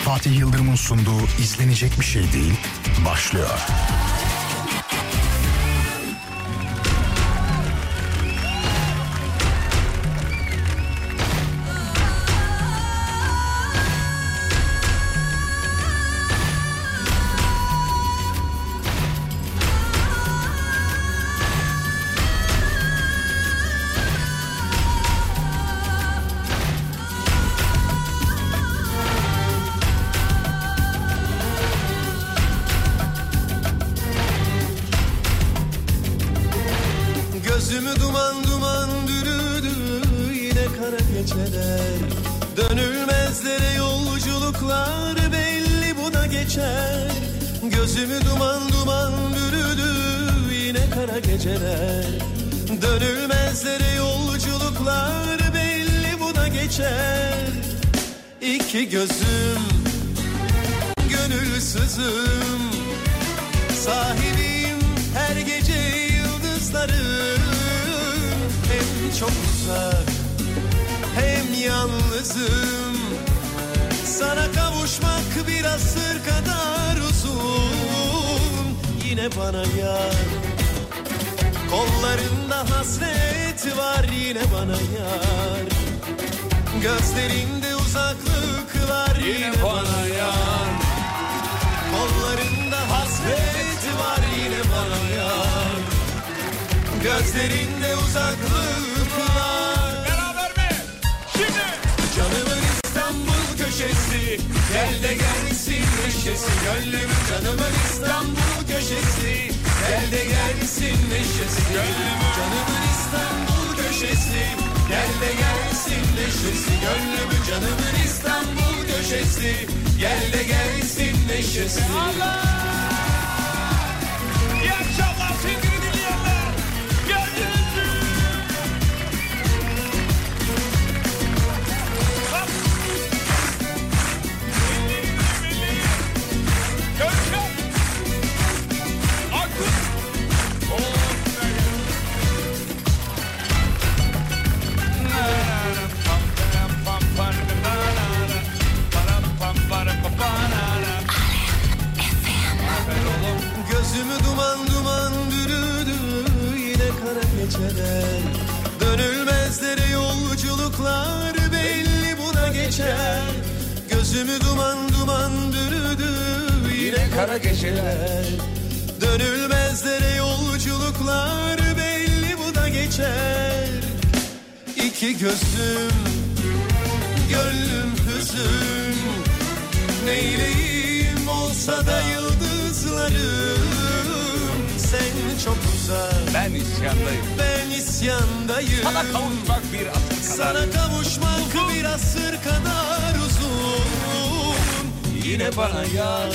Fatih Yıldırım'ın sunduğu izlenecek bir şey değil başlıyor. Gözümü duman duman bürüdü yine kara geceler. Dönülmezlere yolculuklar belli buna geçer. Gözümü duman duman bürüdü yine kara geceler. Dönülmezlere yolculuklar belli buna geçer. İki gözüm gönülsüzüm, sahibim her gece yıldızlarım. Hem çok uzak hem yalnızım, sana kavuşmak bir asır kadar uzun. Yine bana yar, kollarında hasret var yine bana yar. Gözlerinde uzaklık var yine bana yar. Kollarında hasret var yine bana yar. Gözlerinde uzaklık var. Beraber mi? Şimdi. Canımın İstanbul köşesi, gel de gelsin neşesi. Gönlümün canımın İstanbul köşesi, gel de gelsin neşesi. Gönlümün canımın İstanbul köşesi, gel de gelsin neşesi. Gönlümün canımın İstanbul köşesi, gel de gelsin neşesi. Allah! İyi akşamlar sevgili dinleyenler. Geldiniz mi? Bak. Milli. Görkem. Akut. Gözümü duman duman bürüdü yine kara geceler. Dönülmezlere yolculuklar belli buna geçer. Gözümü duman duman bürüdü yine kara geceler. Dönülmezlere yolculuklar belli buna geçer. İki gözüm gönlüm hüzün, neyleyim olsa da yıldızlarım. Sen çok uzak, Ben isyandayım. ben isyandayım. Sana kavuşmak bir asır kadar. Sana kavuşmak bir asır kadar uzun. Yine bana yar,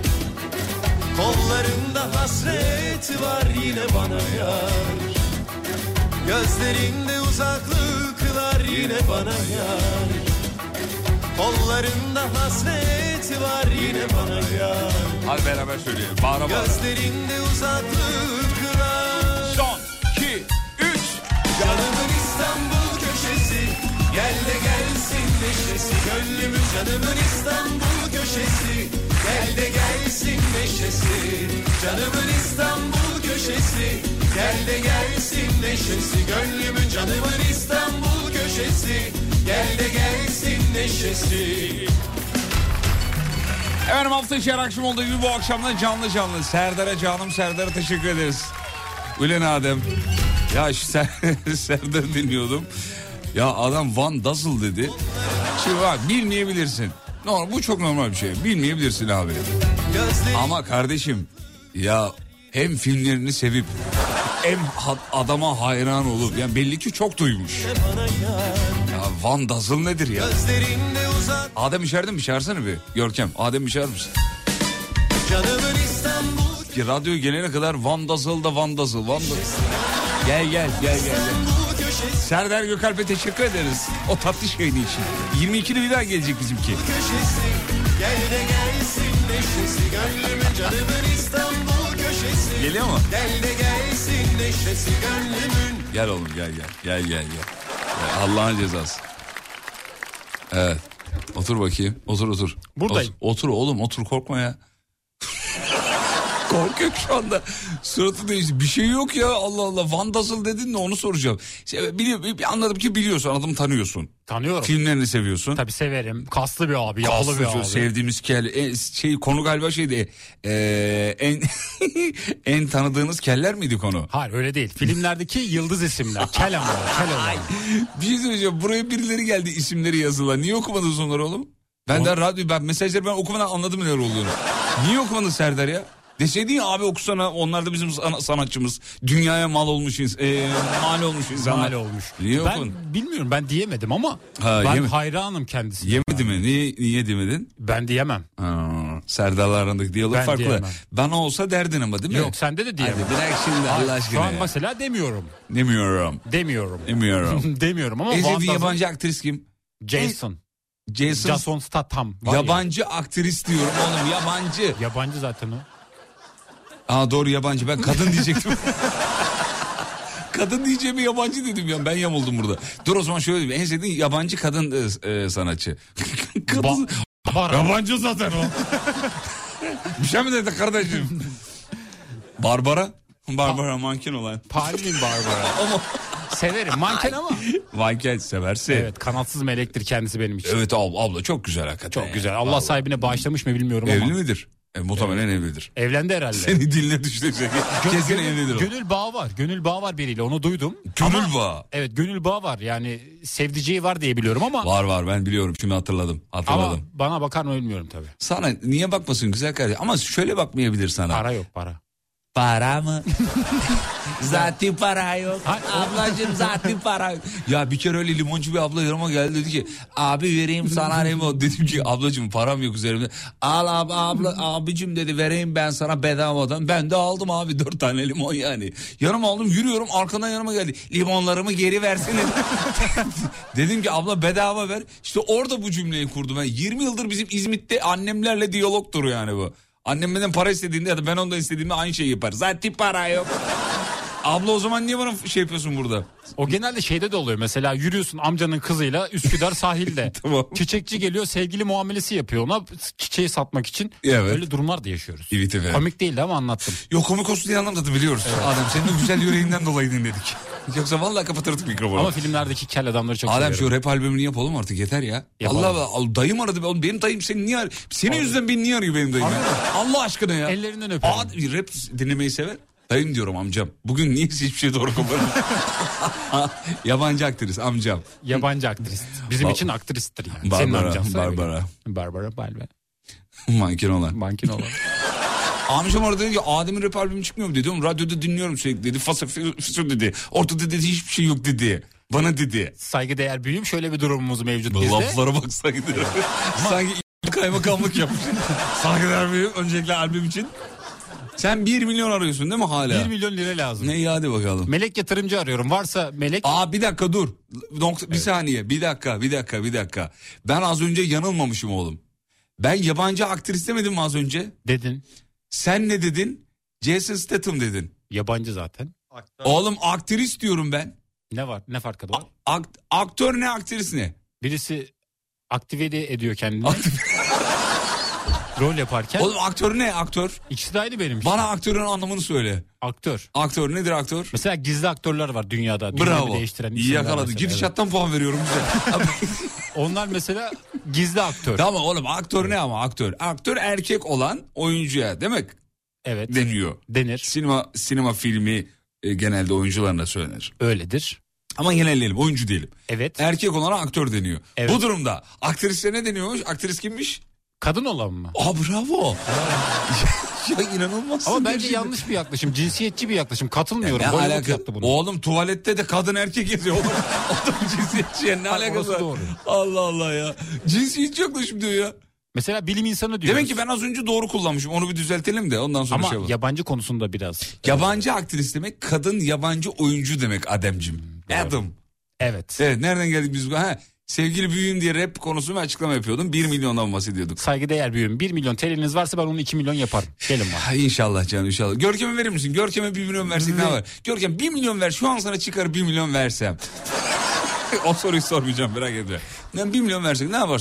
kollarında hasret var yine bana yar. Gözlerinde uzaklıklar yine bana yar. Kollarında hasret var yine bana yar. Hadi beraber söyleyelim. Bağıra bağıra. Gözlerinde uzaklıklar. Son, 2, 3. Canımın İstanbul köşesi, gel de gelsin neşesi. Gönlümün canımın İstanbul köşesi, gel de gelsin neşesi. Canımın İstanbul köşesi, gel de gelsin neşesi. Gönlümün canımın İstanbul köşesi, gel de gelsin neşesi. Efendim hafta içi her akşam olduğu gibi bu akşamda canlı canlı Serdar'a canım Serdar'a teşekkür ederiz. Ulen Adem. Ya Serdar dinliyordum. Ya adam Van Dazzle dedi. Şimdi bak bilmeyebilirsin. Normal, bu çok normal bir şey. Bilmeyebilirsin abi. Ama kardeşim ya hem filmlerini sevip hem adama hayran olup yani belli ki çok duymuş. Ya Van Dazzle nedir ya? Adem içeride mi? Çağırsana bir. Görkem. Adem içer misin? Ki radyo gelene kadar Van Dazzle da Van Dazzle. Gel. Serdar Gökalp'e teşekkür ederiz. O tatlı şeyin için. 22'de bir daha gelecek bizimki. Gel de gelsin neşesi, gönlümün canımın İstanbul köşesi. Geliyor mu? Gel de gelsin neşesi, gönlümün. Gel oğlum gel. Allah'ın cezası. Evet. Otur bakayım. Otur. Buradayım. Otur oğlum, otur, korkma ya. Korkuyor şu anda. Suratı değişti. Bir şey yok ya, Allah Allah. Van Dassel dedin de onu soracağım. Anladım ki biliyorsun, adamı tanıyorsun. Tanıyorum. Filmlerini seviyorsun. Tabii severim. Kaslı bir abi, yağlı bir abi. Sevdiğimiz konu galiba şeydi. En tanıdığınız keller miydi konu? Hayır öyle değil. Filmlerdeki yıldız isimler. Kel ama. Kel olan. Bir şey söyleyeceğim. Buraya birileri geldi, isimleri yazılan. Niye okumadınız onları oğlum? Mesajları ben okumadan anladım neler olduğunu. Niye okumadın Serdar ya? Deseydin ya abi, okusana, onlar da bizim sanatçımız. Dünyaya mal olmuş mal olmuş insanlar. Mal olmuş. Niye ben okudun? bilmiyorum, ben diyemedim ama ben hayranım kendisine. Yemedi mi? Niye demedin? Ben diyemem. Serdar'la arasındaki diyalog Ben farklı. diyemem. Bana olsa derdin ama değil mi? Yok, sende de diyemem. Hadi bırak şimdi Allah aşkına. Şu an mesela demiyorum. Demiyorum. Demiyorum ama En sevdiğin yabancı aktris kim? Jason Statham. Yabancı aktris diyorum oğlum, yabancı. Yabancı zaten o. Doğru, yabancı. Ben kadın diyecektim. Kadın diyeceğimi yabancı dedim ya. Ben yamuldum burada. Dur o zaman şöyle diyeyim. En sevdiğin yabancı kadın sanatçı. Kadın. Yabancı zaten o. Bir şey mi dedi kardeşim? Barbara manken olan. Paris'in Barbara. Ama severim manken ama. Manken seversin. Evet, kanatsız melektir kendisi benim için. Evet abla çok güzel hakikaten. Çok güzel. Allah sahibine bağışlamış mı bilmiyorum Evli ama. Evli midir? Muhtemelen evlidir. Evlendi herhalde. Seni diline düşecek. Kesin evlidir o. Gönül bağı var biriyle, onu duydum. Gönül bağı. Evet, gönül bağı var, yani sevdiceği var diye biliyorum ama. Var ben biliyorum, şimdi hatırladım. Ama bana bakar mı bilmiyorum tabii. Sana niye bakmasın güzel kardeşim, ama şöyle bakmayabilir sana. Para yok, para. Para mı? Zaten para yok. Ablacığım zaten para yok. Ya bir kere öyle limoncu bir abla yanıma geldi, dedi ki abi vereyim sana limon. Dedim ki ablacığım param yok üzerimde. Al abicim dedi, vereyim ben sana bedavadan. Ben de aldım abi 4 tane limon yani. Yanıma aldım, yürüyorum, arkadan yanıma geldi. Limonlarımı geri versene. Dedim ki abla bedava ver. İşte orada bu cümleyi kurdum. Yani 20 yıldır bizim İzmit'te annemlerle diyalogtur yani bu. Annem benden para istediğinde ya da ben ondan istediğimde aynı şeyi yapar. Zaten para yok. Abla o zaman niye bana şey yapıyorsun burada? O genelde şeyde de oluyor. Mesela yürüyorsun amcanın kızıyla Üsküdar sahilde. Tamam. Çiçekçi geliyor, sevgili muamelesi yapıyor ona, çiçeği satmak için. Evet. Öyle durumlar da yaşıyoruz. Evet efendim. Komik değildi ama anlattım. Yok, komik olsun diye anlamadı, biliyoruz. Evet. Adem senin o güzel yüreğinden dolayı dinledik. Yoksa vallahi kapatırdık mikrofonu. Ama filmlerdeki kel adamları çok seviyorum. Adem şu rap albümünü yapalım artık, yeter ya. Yapalım. Allah dayım aradı. Benim dayım seni niye arıyor? Senin yüzünden beni niye arıyor benim dayım ya? Allah aşkına ya. Ellerinden öperim. Rap dinlemeyi sever. Dayım diyorum, amcam. Bugün niye hiçbir şey doğru koymadım? Yabancı aktris amcam. Yabancı aktris. Bizim için aktristir yani. Senin amcansa Barbara. Manken olan. Amcam orada dedi ki Adem'in rap albümü çıkmıyor mu dedi. Radyoda dinliyorum sürekli dedi. Fasa füsü dedi. Ortada dedi hiçbir şey yok dedi. Bana dedi. Saygıdeğer büyüğüm, şöyle bir durumumuz mevcut bizde. Laflara bak saygıdeğer. Sanki kaymakamlık yapmış. Saygıdeğer büyüğüm öncelikle albüm için. Sen 1 milyon arıyorsun değil mi hala? 1 milyon lira lazım. Ne iyi, hadi bakalım. Melek yatırımcı arıyorum. Varsa melek. Bir dakika dur. Bir saniye. Bir dakika. Ben az önce yanılmamışım oğlum. Ben yabancı aktris demedim mi az önce? Dedin. Sen ne dedin? Jason Statham dedin. Yabancı zaten. Oğlum aktris diyorum ben. Ne var? Ne farkı var? Aktör ne, aktris ne? Birisi aktive ediyor kendini. Rol yaparken. Oğlum aktör ne, aktör? İkisi de aynı benim için. Bana aktörün anlamını söyle. Aktör. Aktör nedir aktör? Mesela gizli aktörler var dünyada. Bravo. Değiştiren İyi yakaladı. Gidişattan evet. Puan veriyorum bize. Onlar mesela gizli aktör. Tamam oğlum, aktör ne ama aktör? Aktör erkek olan oyuncuya demek. Evet. Deniyor. Denir. Sinema filmi genelde oyuncularına söylenir. Öyledir. Ama genelleyelim, oyuncu diyelim. Evet. Erkek olana aktör deniyor. Evet. Bu durumda aktris'e ne deniyormuş? Aktris kimmiş? Kadın olan mı? Bravo. Ya inanılmaz. Ama bence yanlış bir yaklaşım. Cinsiyetçi bir yaklaşım. Katılmıyorum. Ne alaka? Yaptı bunu. Oğlum tuvalette de kadın erkek yazıyor. O da cinsiyetçi. Ne alakası var? Doğru. Allah Allah ya. Cinsiyetçi yaklaşım diyor ya. Mesela bilim insanı diyor. Demek ki ben az önce doğru kullanmışım. Onu bir düzeltelim de ondan sonra ama şey yapalım. Yabancı konusunda biraz. Yabancı aktris demek, kadın yabancı oyuncu demek Ademciğim. Adam. Evet. Evet, nereden geldik biz? Sevgili büyüğüm diye rap konusunu bir açıklama yapıyordum. 1 milyondan bahsediyorduk. Saygıdeğer büyüğüm. 1 milyon TL'niz varsa ben onu 2 milyon yaparım. Gelin bana. İnşallah canım, inşallah. Görkem'e verir misin? Görkem'e 1 milyon versek ne var? Görkem 1 milyon ver. Şu an sana çıkar 1 milyon versem. O soruyu sormayacağım, merak etme. Yani 1 milyon versek ne yaparsın?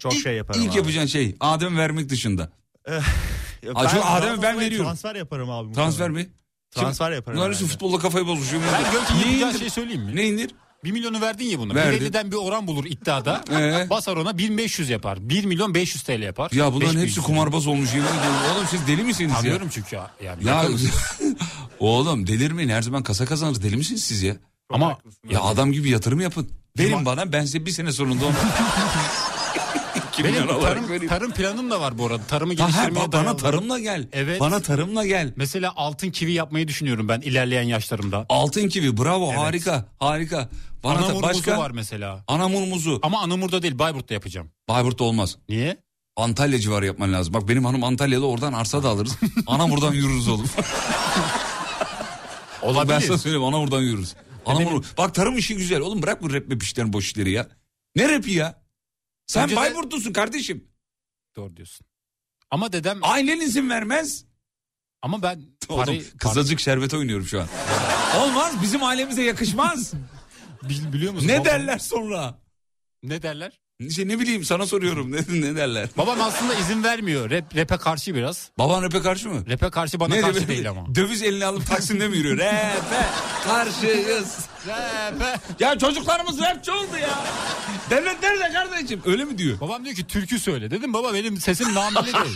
Çok şey yaparım İlk abi. yapacağın şey Adem vermek dışında. Çünkü Adem'e ben veriyorum. Transfer yaparım abi. Transfer mi? Transfer yaparım. Bunlar için futbolda kafayı bozuşuyor. Ben Görkem'e yapacağı şey söyleyeyim mi? Ne indir? 1 milyonu verdin ya buna. Verdim. 1.50'den bir oran bulur iddiada. Basar ona 1500 yapar. 1 milyon 500 TL yapar. Ya bunların 500. hepsi kumarbaz olmuş. Yemin ediyorum. Oğlum siz deli misiniz Tanıyorum ya? çünkü yani. Ya oğlum delirmeyin, her zaman kasa kazanır, deli misiniz siz ya? Ama ya adam gibi yatırım yapın. Verin bana, ben size bir sene sonunda onu... benim tarım planım da var bu arada. Tarımı geliştirmeye bana tarımla gel. Evet. Bana tarımla gel. Mesela altın kivi yapmayı düşünüyorum ben ilerleyen yaşlarımda. Altın kivi, bravo, evet. Harika. Bana Anamur başka muzu var mesela. Anamur muzu. Ama Anamur'da değil, Bayburt'ta yapacağım. Bayburt'ta olmaz. Niye? Antalya civarı yapman lazım. Bak benim hanım Antalyalı, oradan arsa da alırız. Anamur'dan yürürüz oğlum. Olabilir. Ben sana söyleyeyim, Anamur'dan yürürüz. Anamur. Bak tarım işi güzel. Oğlum bırak bu rap işlerini, boş işleri ya. Ne rapi ya? Sen önceden... Bayburtlusun kardeşim. Doğru diyorsun. Ama dedem... Ailen izin vermez. Ama ben... Oğlum, kızacık şerbet oynuyorum şu an. Olmaz, bizim ailemize yakışmaz. Biliyor musun? Ne derler sonra? Ne derler? İşte ne bileyim, sana soruyorum. Ne derler? Babam aslında izin vermiyor. Rap'e karşı biraz. Baban rap'e karşı mı? Rap'e karşı, bana karşı değil ama. Döviz eline alıp Taksim'de mi yürüyor? Rap'e karşıyız. Rap'e. Ya çocuklarımız rapçi oldu ya. Devlet nerede kardeşim? Öyle mi diyor? Babam diyor ki türkü söyle. Dedim baba benim sesim nameli değil.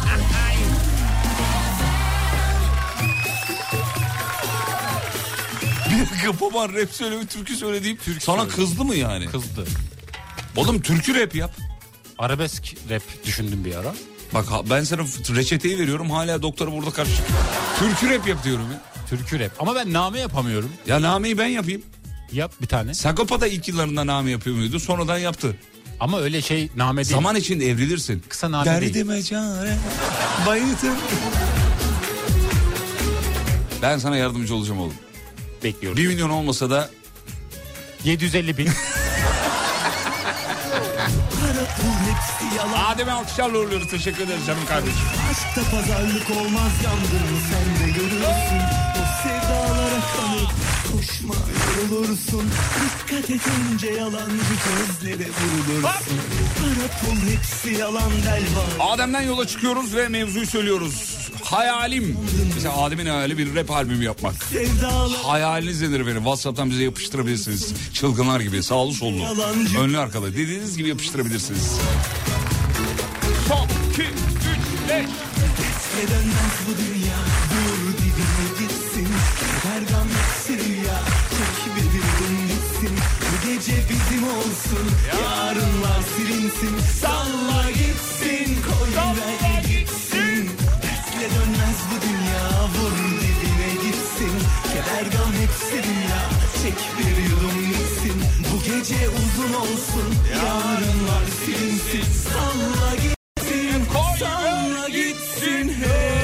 Bir dakika, baban rap söyleme, türkü söyle deyip sana söyle. Kızdı mı yani? Kızdı. Oğlum türkü rap yap. Arabesk rap düşündüm bir ara. Bak ben sana reçeteyi veriyorum, hala doktora burada karşı. Türkü rap yap diyorum ya. Türkü rap. Ama ben name yapamıyorum. Ya nameyi ben yapayım. Yap bir tane. Sagopa da ilk yıllarında name yapıyor muydu? Sonradan yaptı. Ama öyle şey name değil. Zaman içinde evrilirsin. Kısa name değil. Derdime çare bayıtım. Ben sana yardımcı olacağım oğlum. Bekliyorum. 1 milyon olmasa da 750.000. Adem'e alkışlarla uğurluyoruz. Teşekkür ederiz canım kardeşim. Aşkta pazarlık olmaz, yandın sen de görürsün. O sevdalara kanıp koşma, yorulursun. Dikkat et önce yalancı gözlere vurulursun. Para pul hepsi yalan delva. Adem'den yola çıkıyoruz ve mevzuyu söylüyoruz. Hayalim. Mesela Adem'in hayali bir rap albümü yapmak. Hayaliniz nedir benim? WhatsApp'tan bize yapıştırabilirsiniz. Çılgınlar gibi, sağlı sollu, önlü arkalı. Dediğiniz gibi yapıştırabilirsiniz. Son 2, 3, 5. Dönmez bu dünya, dur dibine gitsin. Dergam rüya, çek bir yudum gitsin. Bu gece bizim olsun, yarınlar silinsin. Salla gitsin, koy ver gitsin. Tersle dönmez bu dünya, vur dibine gitsin. Keder gam hepsi dünya, çek bir yudum gitsin. Bu gece uzun olsun, yarınlar silinsin. Salla gitsin, salla gitsin hey.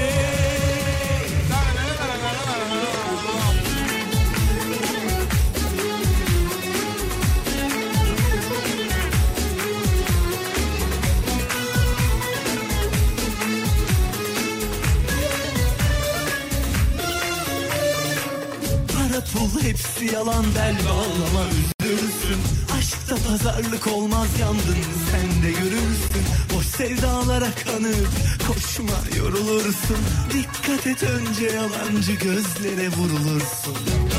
Para pul hepsi yalan, bel bağlama üzülürsün. Aşkta pazarlık olmaz, yandın sen de görürsün. Boş sevdalara kanıp koşma, yorulursun. Dikkat et önce yalancı gözlere vurulursun.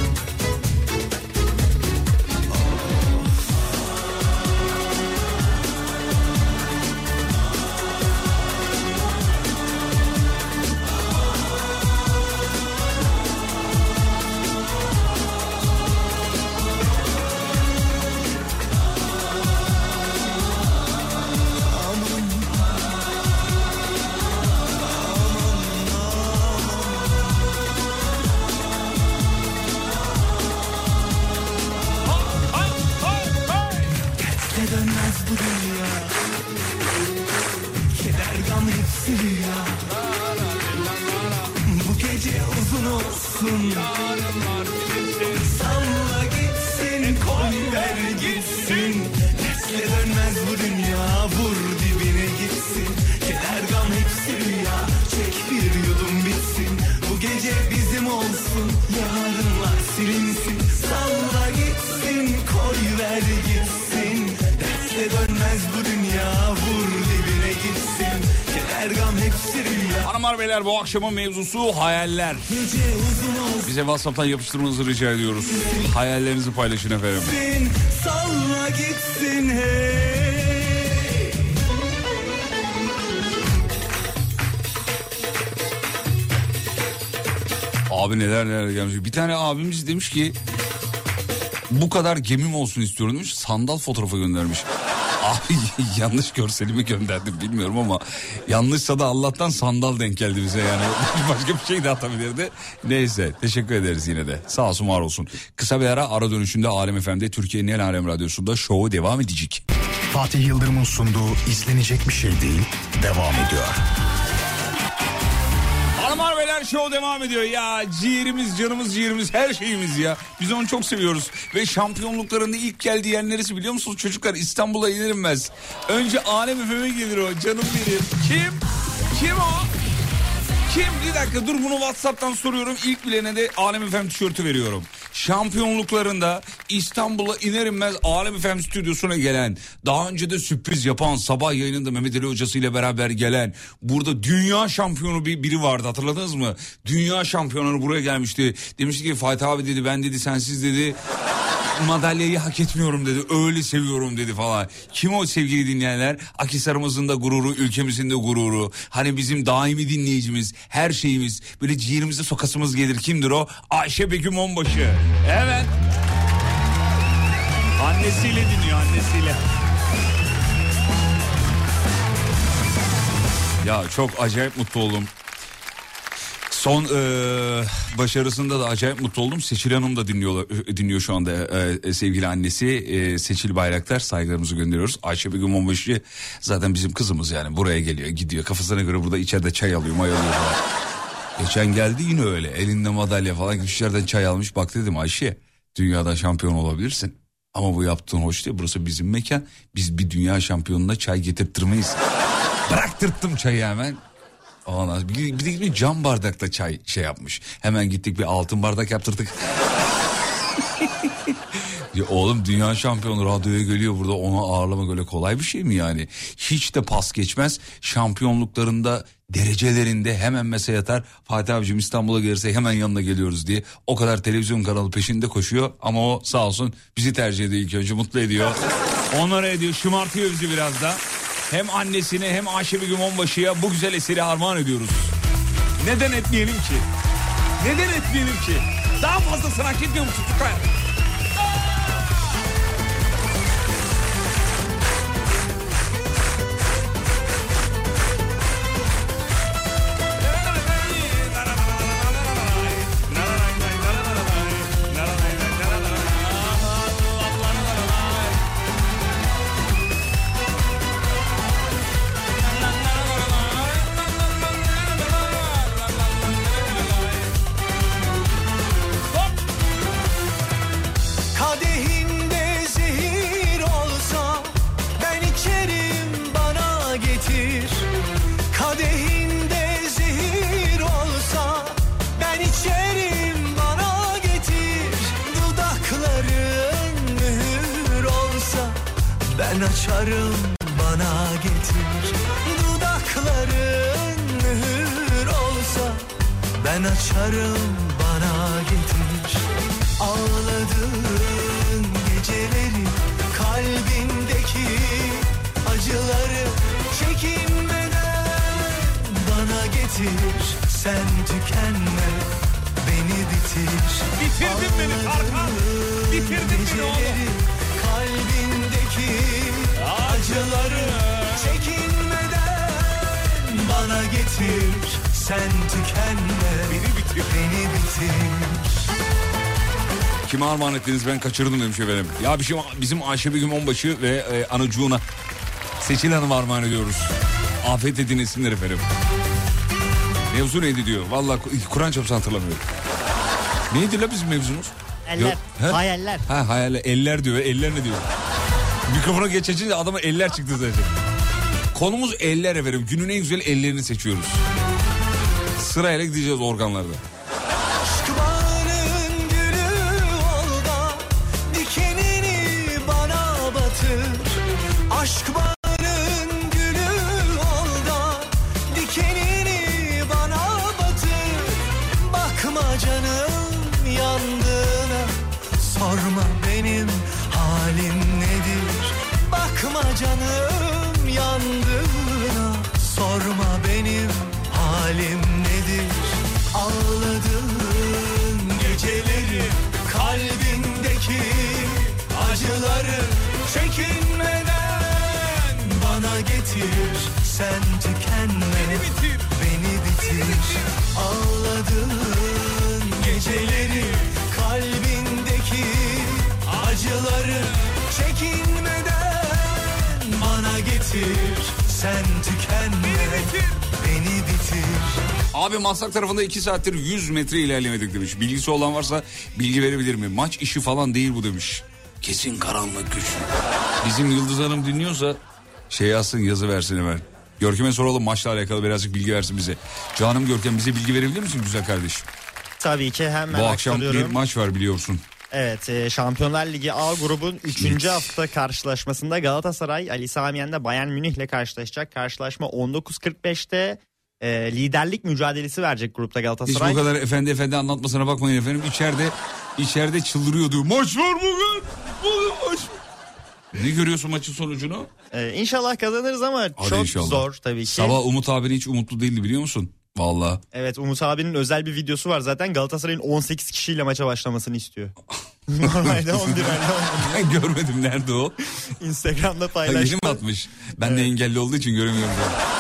Salla gitsin, koy ver gitsin. Tersle dönmez bu dünya, vur dibine gitsin. Keder gam hepsi rüya, çek bir yudum bitsin. Bu gece bizim olsun, yarınlar silinsin. Salla gitsin, koy ver gitsin. Tersle dönmez bu dünya, vur her gam hepsi rüya. Hanımlar beyler, bu akşamın mevzusu hayaller. Bize WhatsApp'tan yapıştırmanızı rica ediyoruz. Hayallerinizi paylaşın efendim. Salla gitsin hey. Abi neler gelmiş. Bir tane abimiz demiş ki bu kadar gemim olsun istiyorum demiş. Sandal fotoğrafı göndermiş. Abi yanlış görselimi gönderdim bilmiyorum ama yanlışsa da Allah'tan sandal denk geldi bize yani. Başka bir şey de atabilirdi. Neyse, teşekkür ederiz yine de. Sağ olsun, var olsun. Kısa bir ara dönüşünde Alem FM'de, Türkiye'nin en Alem Radyosu'nda şovu devam edecek. Fatih Yıldırım'ın sunduğu izlenecek bir şey değil devam ediyor. Hanımlar beyler, show devam ediyor. Ya ciğerimiz, canımız, ciğerimiz, her şeyimiz ya. Biz onu çok seviyoruz. Ve şampiyonluklarında ilk geldiği yer neresi biliyor musunuz çocuklar? İstanbul'a inilmez. Önce Alem FM'e gelir o, canım benim. Kim o? Kim? Bir dakika dur, bunu WhatsApp'tan soruyorum. İlk bilene de Alem FM tişörtü veriyorum. Şampiyonluklarında İstanbul'a iner inmez Alem FM stüdyosuna gelen, daha önce de sürpriz yapan, sabah yayınında Mehmet Ali Hocası ile beraber gelen, burada dünya şampiyonu biri vardı, hatırladınız mı? Dünya şampiyonu buraya gelmişti. Demişti ki Fatih abi dedi, ben dedi sensiz dedi madalyayı hak etmiyorum dedi, öyle seviyorum dedi falan. Kim o sevgili dinleyenler? Akhisar'ımızın da gururu, ülkemizin de gururu. Hani bizim daimi dinleyicimiz, her şeyimiz, böyle ciğerimize sokasımız gelir. Kimdir o? Ayşe Begüm Onbaşı. Evet. Annesiyle dinliyor, annesiyle. Ya çok acayip mutlu oldum. Son başarısında da acayip mutlu oldum. Seçil Hanım da dinliyor şu anda sevgili annesi Seçil Bayraktar. Saygılarımızı gönderiyoruz. Ayşe Begüm Onbaşı zaten bizim kızımız yani. Buraya geliyor, gidiyor. Kafasına göre burada içeride çay alıyor, may alıyor falan. Geçen geldi yine öyle. Elinde madalya falan, gitmişlerden çay almış. Bak dedim Ayşe, dünyada şampiyon olabilirsin. Ama bu yaptığın hoş değil. Burası bizim mekan. Biz bir dünya şampiyonuna çay getirttirmeyiz. Bıraktırttım çayı hemen. Bir de bir cam bardakta çay yapmış. Hemen gittik bir altın bardak yaptırdık. Ya oğlum, dünya şampiyonu radyoya geliyor, burada onu ağırlamak öyle kolay bir şey mi yani? Hiç de pas geçmez. Şampiyonluklarında, derecelerinde hemen mesaj atar. Fatih abicim İstanbul'a gelirse hemen yanına geliyoruz diye. O kadar televizyon kanalı peşinde koşuyor. Ama o sağ olsun bizi tercih ediyor ilk önce, mutlu ediyor. Onlara ediyor, şımartıyor bizi biraz da. Hem annesine hem Ayşe Begüm Onbaşı'ya bu güzel eseri armağan ediyoruz. Neden etmeyelim ki? Neden etmeyelim ki? Daha fazlasını hak etmiyor mu çocuklar? Açarım, bana getir. Dudakların mühür olsa ben açarım, bana getir. Ağladığın geceleri, kalbindeki acıları çekinmeden bana getir. Sen tükenme, beni bitir. Bitirdin beni Tarkan, bitirdin beni oğlum. Kalbindeki acıları çekinmeden bana getir. Sen tükenme, beni bitir. Kime armağan ettiniz, ben kaçırdım demiş efendim. Ya bizim Ayşe Begüm Onbaşı ve anacığına Seçil Hanım armağan ediyoruz. Afiyet edin etsinler efendim. Mevzu neydi diyor. Vallahi Kur'an çarpsın hatırlamıyorum. Neydi la bizim mevzumuz? Eller. Hayaller. Ha hayaller. Eller diyor. Eller ne diyor? Mikrofona geçince adama eller çıktı zaten. Konumuz eller efendim. Günün en güzel ellerini seçiyoruz. Sırayla gideceğiz organlarda. Aşkbanın gülü ol da dikenini bana batır. Aşkbanın gülü ol da canım yandığına, sorma benim halim nedir. Ağladığın geceleri, kalbindeki acıları çekinmeden bana getir. Sen tükenme, beni bitir. Ağladığın geceleri, kalbindeki acıları çekinmeden bana getir. Sen tükenme, beni bitir. Abi Maslak tarafında 2 saattir 100 metre ilerlemedik demiş. Bilgisi olan varsa bilgi verebilir mi? Maç işi falan değil bu demiş. Kesin karanlık güç. Bizim Yıldız Hanım dinliyorsa şey yazsın, yazı versin hemen. Görkem'e soralım, maçla alakalı birazcık bilgi versin bize. Canım Görkem, bize bilgi verebilir misin güzel kardeşim? Tabii ki, hemen bu akşam bir maç var biliyorsun. Evet, Şampiyonlar Ligi A grubun 3. hafta karşılaşmasında Galatasaray Ali Sami Yen'de Bayern Münih ile karşılaşacak. Karşılaşma 19.45'te liderlik mücadelesi verecek grupta Galatasaray. Hiç bu kadar efendi anlatmasına bakmayın efendim. İçeride çıldırıyor diyor. Maç var bugün. Bugün maç. Ne görüyorsun maçın sonucunu? İnşallah kazanırız ama hadi çok inşallah. Zor tabii ki. Sabah Umut abinin hiç umutlu değildi biliyor musun? Vallahi. Evet, Umut abinin özel bir videosu var zaten. Galatasaray'ın 18 kişiyle maça başlamasını istiyor. Normalde 11 Ben görmedim, nerede o? Instagram'da paylaştı. Yeni mi atmış? Ben de engelli olduğu için göremiyorum.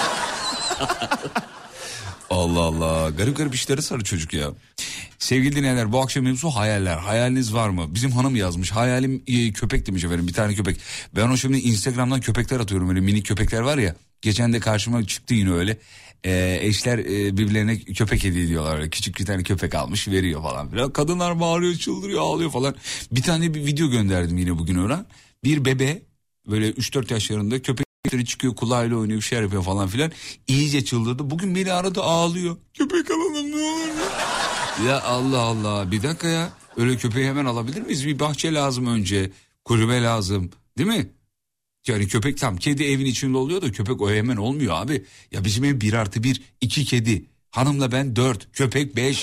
Allah Allah, garip işleri sarı çocuk ya. Sevgili dinleyenler, bu akşam mevzusu hayaller. Hayaliniz var mı? Bizim hanım yazmış. Hayalim köpek demiş efendim, bir tane köpek. Ben o şimdi Instagram'dan köpekler atıyorum, öyle minik köpekler var ya. Geçen de karşıma çıktı yine öyle. Eşler birbirlerine köpek hediye ediyorlar. Öyle. Küçük bir tane köpek almış, veriyor falan filan. Kadınlar bağırıyor, çıldırıyor, ağlıyor falan. Bir tane bir video gönderdim yine bugün öğlen. Bir bebe böyle 3-4 yaşlarında köpekleri çıkıyor, kulağıyla oynuyor, bir şeyler yapıyor falan filan. İyice çıldırdı. Bugün beni aradı, ağlıyor. Köpek alalım ne olur. Ya Allah Allah, bir dakika ya. Öyle köpeği hemen alabilir miyiz? Bir bahçe lazım önce. Kulübe lazım. Değil mi? Yani köpek tam kedi evin içinde oluyor da köpek o hemen olmuyor abi. Ya bizim ev 1+1, 2 kedi. Hanımla ben 4, köpek 5.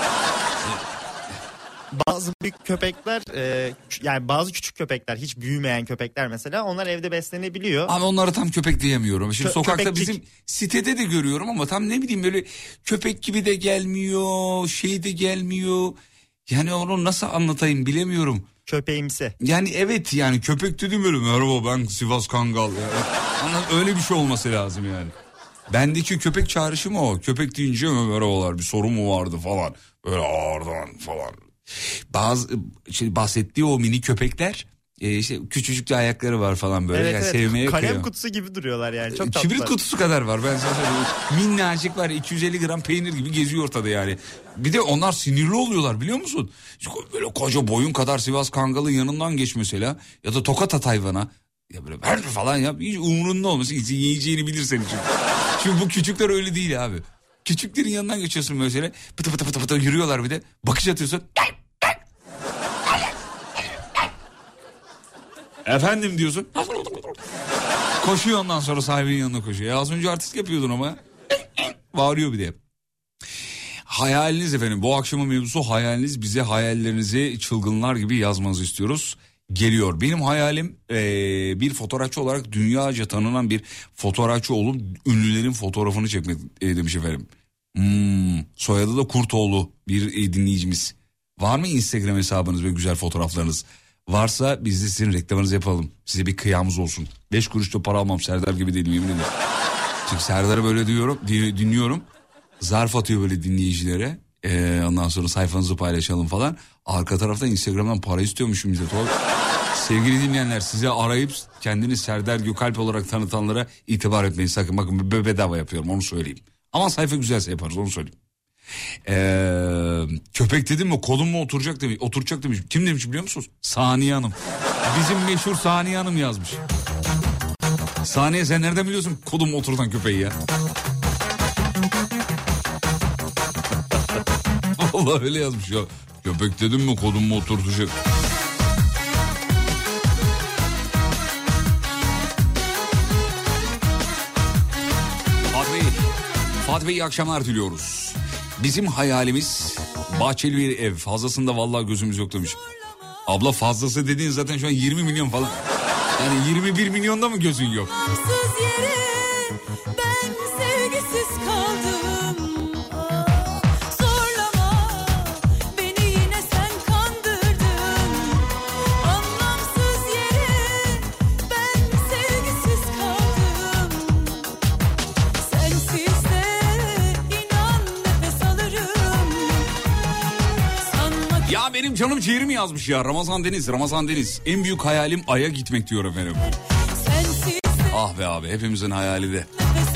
Bazı büyük köpekler yani bazı küçük köpekler, hiç büyümeyen köpekler mesela, onlar evde beslenebiliyor. Ama onları tam köpek diyemiyorum. Şimdi sokakta köpeklik. Bizim sitede de görüyorum ama tam ne bileyim böyle köpek gibi de gelmiyor, şey de gelmiyor. Yani onu nasıl anlatayım bilemiyorum. Köpeğimsi. Yani evet, yani köpek dedim böyle, merhaba ben Sivas Kangal. Yani. Öyle bir şey olması lazım yani. Bendeki köpek çağrışımı o. Köpek deyince merhabalar, bir sorun mu vardı falan. Böyle ağırdan falan. Bazı bahsettiği o mini köpekler işte küçücük de ayakları var falan böyle. Evet, yani evet. Sevmeye Kalem kıyam. kutusu gibi duruyorlar yani. Çok tatlılar. Kibrit kutusu kadar var, ben sana söyleyeyim. Minnacık var, 250 gram peynir gibi geziyor ortada yani. Bir de onlar sinirli oluyorlar biliyor musun? Böyle koca boyun kadar Sivas Kangal'ın yanından geç mesela. Ya da tokat at hayvana. Ya böyle ver falan yap. Hiç umurunda olmasın. Yiyeceğini bilirsen için. Çünkü bu küçükler öyle değil abi. Küçüklerin yanından geçiyorsun mesela. Pıtı pıtı pıtı pıtı yürüyorlar bir de. Bakış atıyorsun. Efendim diyorsun. Koşuyor, ondan sonra sahibinin yanına koşuyor. Ya az önce artist yapıyordun ama. Bağırıyor bir de. Hayaliniz efendim. Bu akşamın mevzusu hayaliniz. Bize hayallerinizi çılgınlar gibi yazmanızı istiyoruz. Geliyor. Benim hayalim bir fotoğrafçı olarak dünyaca tanınan bir fotoğrafçı olup ünlülerin fotoğrafını çekmek demiş efendim. Soyadı da Kurtoğlu bir dinleyicimiz. Var mı Instagram hesabınız ve güzel fotoğraflarınız? Varsa biz de sizin reklamınızı yapalım. Size bir kıyamız olsun. 5 kuruş da para almam, Serdar gibi değilim yemin ederim. Çünkü Serdar'ı böyle dinliyorum. Zarf atıyor böyle dinleyicilere. Ondan sonra sayfanızı paylaşalım falan. Arka taraftan Instagram'dan para istiyormuşum bize. Sevgili dinleyenler, size arayıp kendini Serdar Gökalp olarak tanıtanlara itibar etmeyin sakın. Bakın bedava yapıyorum, onu söyleyeyim. Ama sayfa güzelse yaparız, onu söyleyeyim. Köpek dedim mi kolum mu oturacak demiş. Kim demiş biliyor musunuz? Saniye Hanım. Bizim meşhur Saniye Hanım yazmış. Saniye, sen nereden biliyorsun kolum oturtan köpeği ya? Vallahi öyle yazmış ya. Köpek dedim mi kolum mu oturtacak? Fatih Bey iyi akşamlar diliyoruz. Bizim hayalimiz bahçeli bir ev. Fazlasında vallahi gözümüz yok demiş. Abla fazlası dediğin zaten şu an 20 milyon falan. Yani 21 milyonda mı gözün yok? Anlamsız yere ben sevgisiz kaldım. Zorlama beni, yine sen kandırdın. Anlamsız yere ben sevgisiz kaldım. Sensiz de inan nefes alırım. Sanma ki... Ya benim canım ciğerim yazmış ya. Ramazan Deniz, Ramazan Deniz. En büyük hayalim Ay'a gitmek diyor efendim. Ah be abi, hepimizin hayali de.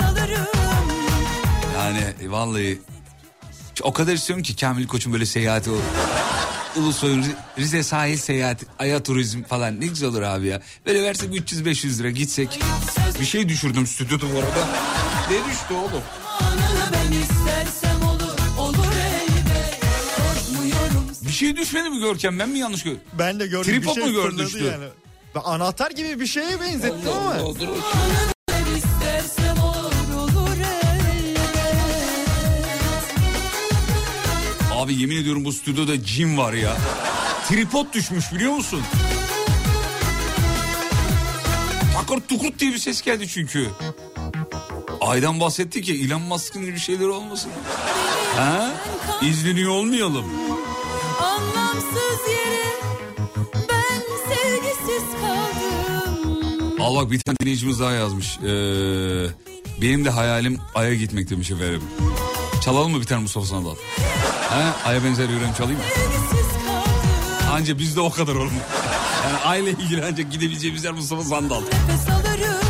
Yani vallahi o kadar istiyorum ki Kamil Koç'un böyle seyahati olur. Ulusoy'un Rize sahil seyahati, Ay'a turizm falan, ne güzel olur abi ya. Böyle versek 300-500 lira gitsek. Bir şey düşürdüm stüdyoda bu arada. Ne düştü oğlum? Ben istersem olur elbet. Korkmuyorum. Bir şey düşmedi mi Görkem, ben mi yanlış gördüm? Ben de gördüm. Tripod bir şey mu gördün fırladı işte? yani. Anahtar gibi bir şeye benzettim ama. Ben istersem olur elbet. Abi yemin ediyorum bu stüdyoda cin var ya. Tripod düşmüş biliyor musun? Takır tukurt diye bir ses geldi çünkü. Aydan bahsettik ya, Elon Musk'ın bir şeyleri olmasın. Ha? İzleniyor olmayalım. Anlamsız yere ben sevgisiz kaldım. Al bak, bir tane dinleyicimiz daha yazmış. Benim de hayalim Ay'a gitmek demiş efendim. Çalalım mı bir tane Mustafa Sandal? Ha? Ay'a benzer yörelim çalayım mı? Sevgisiz kaldım. Anca bizde o kadar olur. Yani Ay'la ilgili ancak gidebileceğimiz yer Mustafa Sandal. Nefes alırım.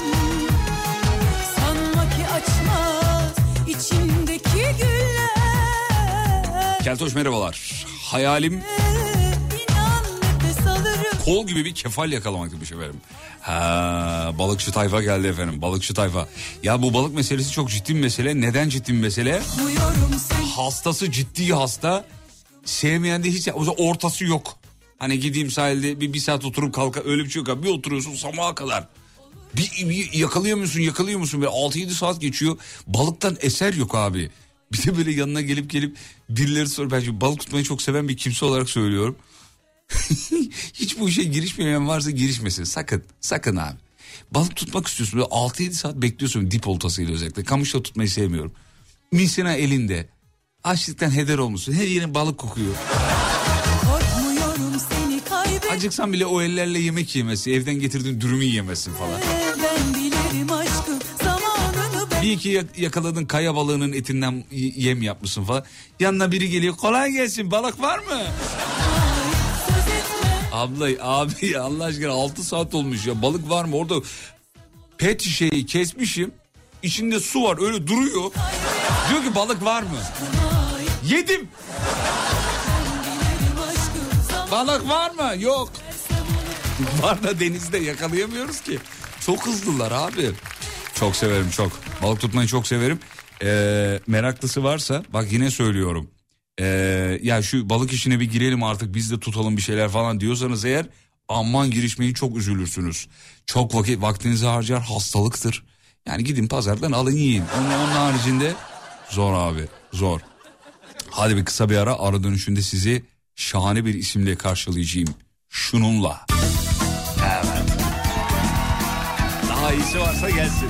Sanma ki açmaz içimdeki güller. Keltoş merhabalar. Hayalim İnan nefes alırım. kol gibi bir kefal yakalamak demiş efendim. Ha, balıkçı tayfa geldi efendim, balıkçı tayfa. Ya bu balık meselesi çok ciddi bir mesele. Neden ciddi bir mesele? Umuyorum seni. Hastası ciddi hasta. Sevmeyen de hiç, ortası yok. Hani gideyim sahilde bir saat oturup kalka, öyle bir şey yok. Bir oturuyorsun sabaha kadar. Bir yakalıyor musun? Böyle 6-7 saat geçiyor. Balıktan eser yok abi. Bir de böyle yanına gelip birileri soruyor. Ben şimdi balık tutmayı çok seven bir kimse olarak söylüyorum. Hiç bu işe girişmeyen varsa girişmesin. Sakın abi. Balık tutmak istiyorsun. Böyle 6-7 saat bekliyorsun dip oltasıyla özellikle. Kamışla tutmayı sevmiyorum. Misina elinde. Açlıktan heder olmuşsun. Her yerin balık kokuyor. Korkmuyorum seni kaybetmeye. Acıksan bile o ellerle yemek yemesi, evden getirdiğin dürümü yiyemezsin falan. Ben bilirim aşkım zamanını ben. Bir iki yakaladın kaya balığının etinden yem yapmışsın falan. Yanına biri geliyor, kolay gelsin, balık var mı? Söz etme. Abla abi Allah aşkına 6 saat olmuş ya, balık var mı? Orada pet şişeyi kesmişim, içinde su var, öyle duruyor. Diyor ki balık var mı? Yedim. Balık var mı? Yok. Var da denizde yakalayamıyoruz ki. Çok hızlılar abi. Çok severim, çok. Balık tutmayı çok severim. Meraklısı varsa bak yine söylüyorum. Ya şu balık işine bir girelim artık, biz de tutalım bir şeyler falan diyorsanız eğer, aman girişmeyin, çok üzülürsünüz. Çok vaktinizi harcar, hastalıktır. Yani gidin pazardan alın yiyin. Onun haricinde zor abi, zor. Hadi bir kısa bir ara dönüşünde sizi şahane bir isimle karşılayacağım. Şununla. Evet. Daha iyisi varsa gelsin.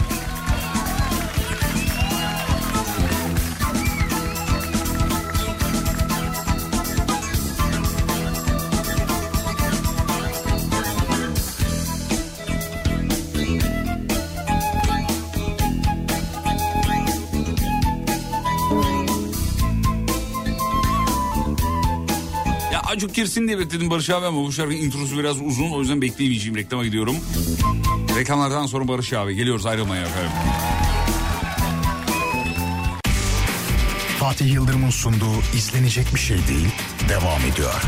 Acuk girsin diye bekledim Barış abi ama bu şarkının introsu biraz uzun, o yüzden bekleyemeyeceğim, reklama gidiyorum. Reklamlardan sonra Barış abi geliyoruz, ayrılmayın efendim. Fatih Yıldırım'ın sunduğu izlenecek bir şey değil devam ediyor.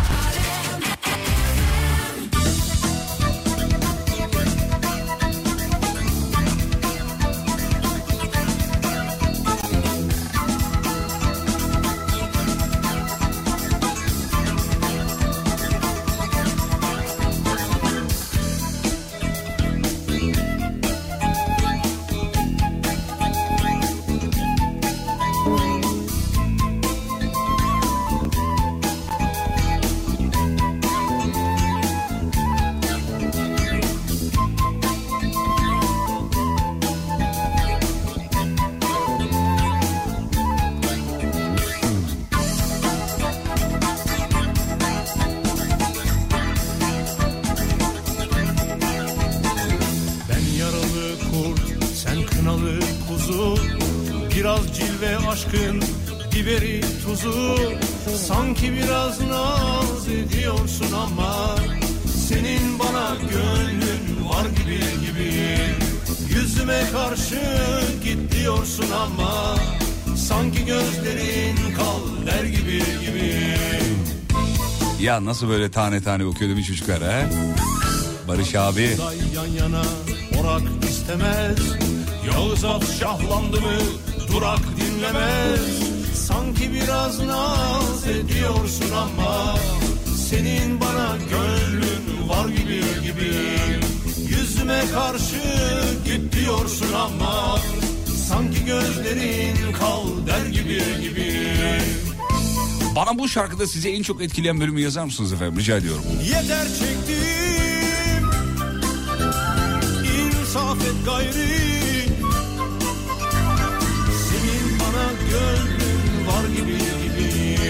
Biraz cilve aşkın biberi tuzu, sanki biraz naz ediyorsun ama senin bana gönlün var gibi gibi. Yüzüme karşı git diyorsun ama sanki gözlerin kal der gibi gibi. Ya nasıl böyle tane tane okuyor demiş çocuklar ha? Barış abi. Yan yana orak istemez, Yağız at şahlandı mı durak dinlemez. Sanki biraz naz ediyorsun ama senin bana gönlün var gibi gibi. Yüzüme karşı git diyorsun ama sanki gözlerin kal der gibi gibi. Bana bu şarkıda sizi en çok etkileyen bölümü yazar mısınız efendim? Rica ediyorum. Yeter çektim, insaf et gayri. Senin bana gönlün var gibi gibi.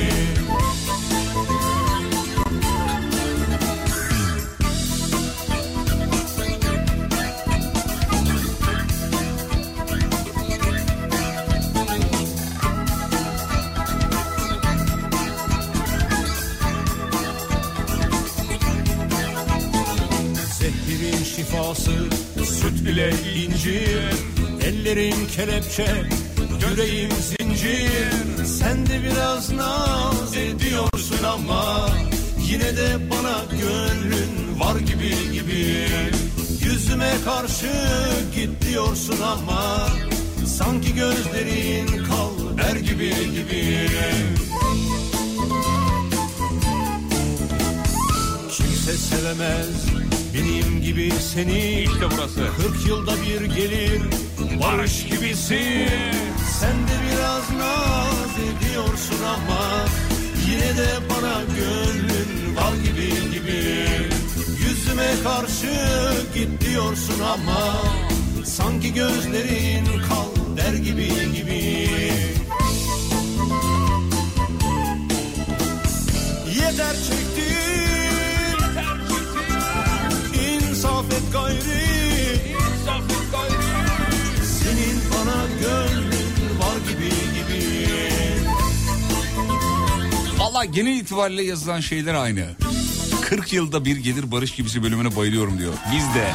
Zehirin şifası süt ile incir, ellerin kelepçe, yüreğim zincir. Sen de biraz naz ediyorsun ama yine de bana gönlün var gibi gibi. Yüzüme karşı git diyorsun ama sanki gözlerin kal der gibi gibi. Kimse sevemez benim gibi seni. İşte burası. 40 yılda bir gelir barış gibisin. Sen de biraz naz ediyorsun ama yine de bana gönlün var gibi gibi. Yüzüme karşı git diyorsun ama sanki gözlerin kal der gibi gibi. Yeter çektim, insaf et gayri. Senin bana gönlün var gibi gibi. Vallahi genel itibariyle yazılan şeyler aynı. 40 yılda bir gelir barış gibisi bölümüne bayılıyorum diyor. Biz de.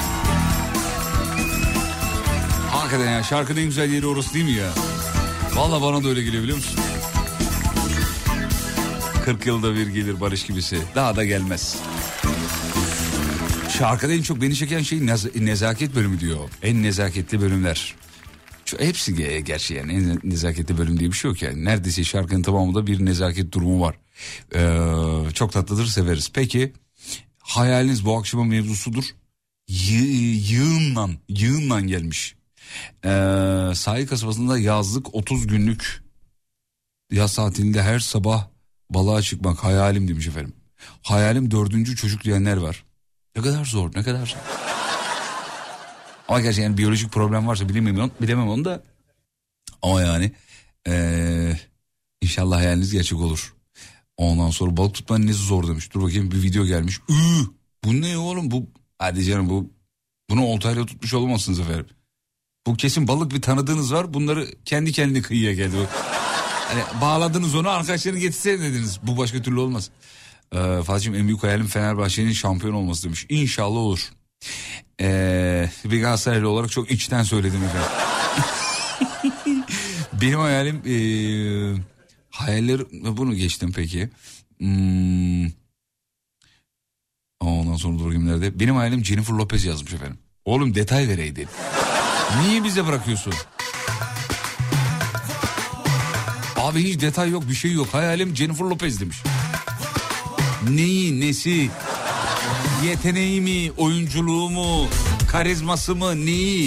Hakikaten ya, şarkının en güzel yeri orası değil mi ya? Vallahi bana da öyle geliyor, biliyor musun? 40 yılda bir gelir barış gibisi. Daha da gelmez. Şarkıda en çok beni çeken şey nezaket bölümü diyor. En nezaketli bölümler. Hepsi gerçi yani, en nezaketli bölüm diye bir şey yok yani. Neredeyse şarkının tamamında bir nezaket durumu var. Çok tatlıdır, severiz. Peki hayaliniz bu akşamın mevzusudur. Yığınla gelmiş. Sahil kasabasında yazlık 30 günlük yaz tatilinde her sabah balığa çıkmak hayalim demiş efendim. Hayalim 4. çocuk diyenler var. Ne kadar zor, ne kadar zor. Ama gerçi yani biyolojik problem varsa bilemem onu da. Ama yani inşallah hayaliniz gerçek olur. Ondan sonra balık tutmanın nesi zor demiş. Dur bakayım, bir video gelmiş. Bu ne oğlum bu? Hadi canım, bunu oltayla tutmuş olamazsınız efendim. Bu kesin balık, bir tanıdığınız var. Bunları kendi kendine kıyıya geldi. Hani bağladınız onu, arkadaşlarını getirsene dediniz. Bu başka türlü olmaz. Fatih'im en büyük hayalim Fenerbahçe'nin şampiyon olması demiş. İnşallah olur. Bir Galatasaraylı olarak çok içten söyledim efendim. Benim hayalim hayaller, bunu geçtim peki. Ondan sonra durayım nerede? Benim hayalim Jennifer Lopez yazmış efendim. Oğlum detay vereydin. Niye bize bırakıyorsun? Abi hiç detay yok, bir şey yok. Hayalim Jennifer Lopez demiş. Neyi, nesi? Yeteneği mi, oyunculuğu mu, karizması mı, neyi?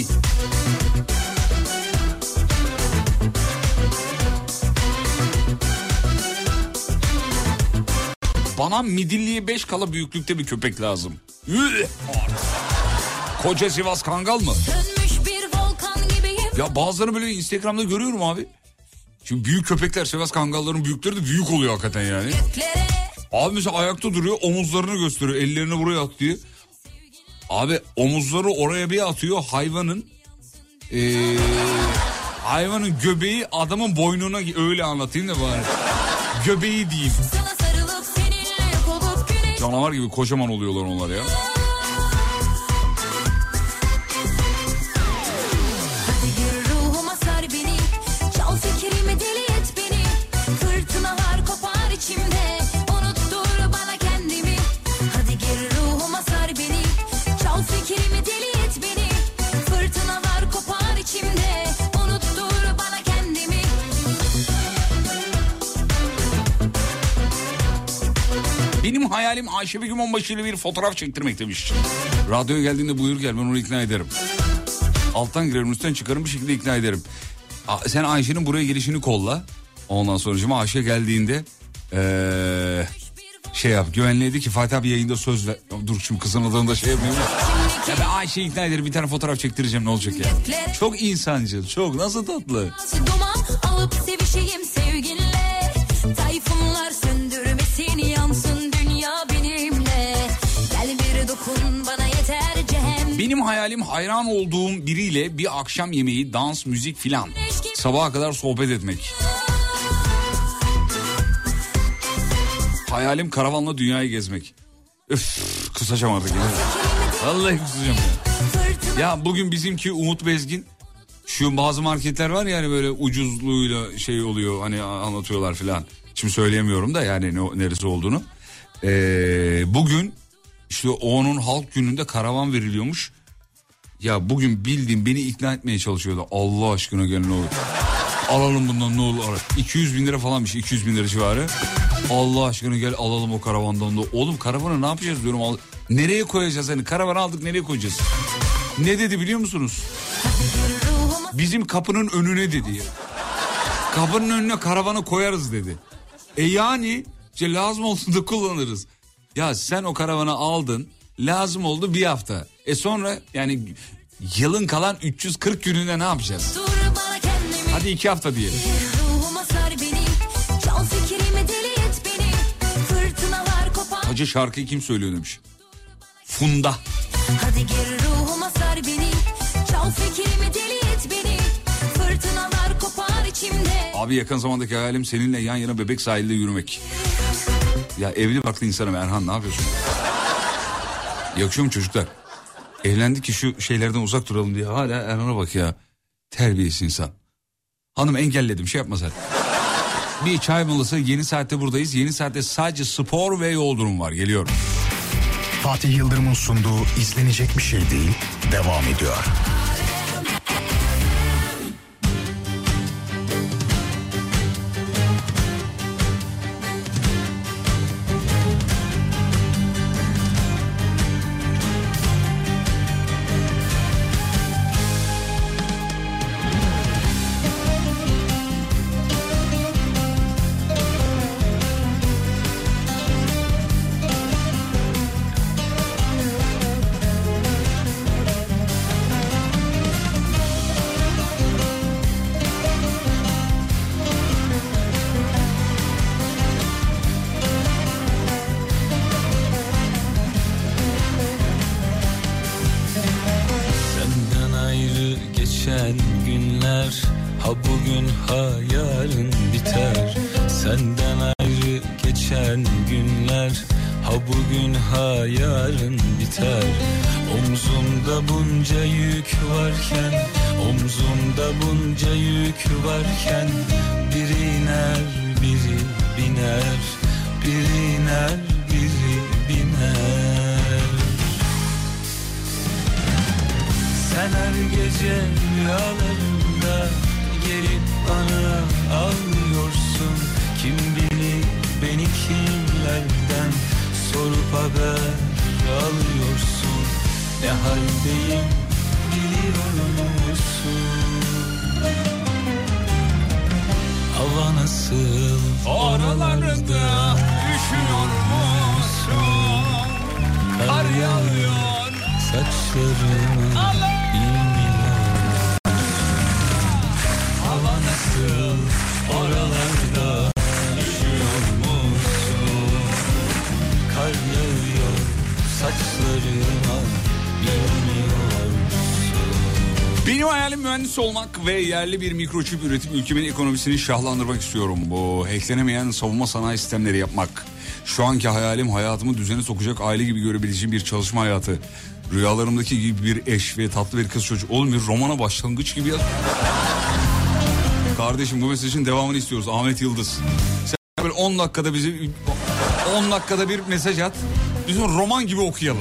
Bana midilliye 5 kala büyüklükte bir köpek lazım. Koca Sivas Kangal mı? Ya bazılarını böyle Instagram'da görüyorum abi. Şimdi büyük köpekler, Sivas Kangalların büyükleri de büyük oluyor hakikaten yani. Abi mesela ayakta duruyor, omuzlarını gösteriyor, ellerini buraya atıyor. Abi omuzları oraya bir atıyor hayvanın. Hayvanın göbeği adamın boynuna, öyle anlatayım da bari. Göbeği diyeyim. Canavar gibi kocaman oluyorlar onlar ya. Benim hayalim Ayşe Begüm Onbaşı ile bir fotoğraf çektirmek demiş. Radyoya geldiğinde buyur gel, ben onu ikna ederim. Alttan girerim, üstten çıkarım, bir şekilde ikna ederim. Sen Ayşe'nin buraya gelişini kolla. Ondan sonra Ayşe geldiğinde şey yap, güvenliğe de ki Fatih abi yayında söz ver. Dur şimdi kızın adını da şey yapmayayım. Ya ben Ayşe'yi ikna ederim, bir tane fotoğraf çektireceğim, ne olacak ya. Çok insancıl, çok, nasıl tatlı. Alıp sevişeyim sevginle. Tayfunlar söndürmesin, yansın dünya benimle. Gel bir dokun bana yeter cehennem. Benim hayalim hayran olduğum biriyle bir akşam yemeği, dans, müzik filan. Sabaha kadar sohbet etmek. Hayalim karavanla dünyayı gezmek. Öf, kusacağım artık. Vallahi kusacağım ya. Ya bugün bizimki Umut Bezgin, şu bazı marketler var ya hani böyle ucuzluğuyla şey oluyor, hani anlatıyorlar filan. Şimdi söyleyemiyorum da yani neresi olduğunu. Bugün işte onun halk gününde karavan veriliyormuş. Ya bugün bildiğim beni ikna etmeye çalışıyordu. Allah aşkına gelin olur. Alalım bundan ne olur. 200 bin lira falanmış, 200 bin lira civarı. Allah aşkına gel alalım o karavandan da. Oğlum karavanı ne yapacağız diyorum. Nereye koyacağız hani, karavanı aldık nereye koyacağız? Ne dedi biliyor musunuz? Bizim kapının önüne dedi ya. Kapının önüne karavanı koyarız dedi. Yani işte lazım olduğunda kullanırız. Ya sen o karavanı aldın, lazım oldu bir hafta. Sonra yani yılın kalan 340 gününde ne yapacağız? Hadi 2 hafta diyelim. Hacı şarkıyı kim söylüyor demiş. Funda. Hadi gir ruhuma sar beni, çal fikrimi deli et beni, fırtınalar kopar içimde. Abi yakın zamandaki hayalim seninle yan yana Bebek sahilde yürümek. Ya evli barklı insanım Erhan, ne yapıyorsun? Yakışıyor mu çocuklar? Evlendik ki şu şeylerden uzak duralım diye hala Erhan'a bak ya. Terbiyesiz insan. Hanım engelledim, şey yapma sen. Bir çay molası, Yeni Saat'te buradayız. Yeni Saat'te sadece spor ve yol durum var, geliyorum. Fatih Yıldırım'ın sunduğu izlenecek bir şey değil devam ediyor. Benim hayalim mühendis olmak ve yerli bir mikroçip üretip ülkemin ekonomisini şahlandırmak istiyorum. Bu hacklenemeyen savunma sanayi sistemleri yapmak. Şu anki hayalim hayatımı düzene sokacak, aile gibi görebileceğim bir çalışma hayatı. Rüyalarımdaki gibi bir eş ve tatlı bir kız çocuk. Oğlum bir romana başlangıç gibi yaz. Kardeşim bu mesajın devamını istiyoruz. Ahmet Yıldız. Sen böyle 10 dakikada bize 10 dakikada bir mesaj at. Biz onu roman gibi okuyalım.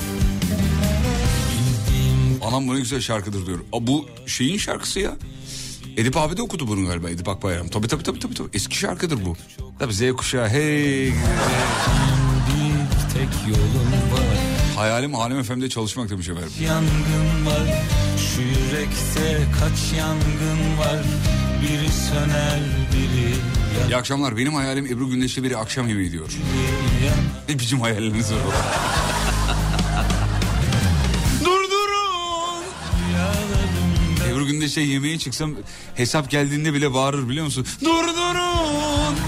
Anam bu ne güzel şarkıdır diyor. Bu şeyin şarkısı ya. Edip abi de okudu bunu galiba, Edip Akbayram. Tabii. Eski şarkıdır bu. Tabii Z kuşağı hey. Tek yolum var. Hayalim Alem FM'de çalışmak demiş efendim. Yangın var, şu yürekte kaç yangın var. Biri söner, biri yan. İyi akşamlar. Benim hayalim Ebru Gündeş'le bir akşam yemeği diyor. Ne biçim hayalleriniz var? Durdurun. Ebru Gündeş'e yemeğe çıksam hesap geldiğinde bile bağırır biliyor musun? Durdurun.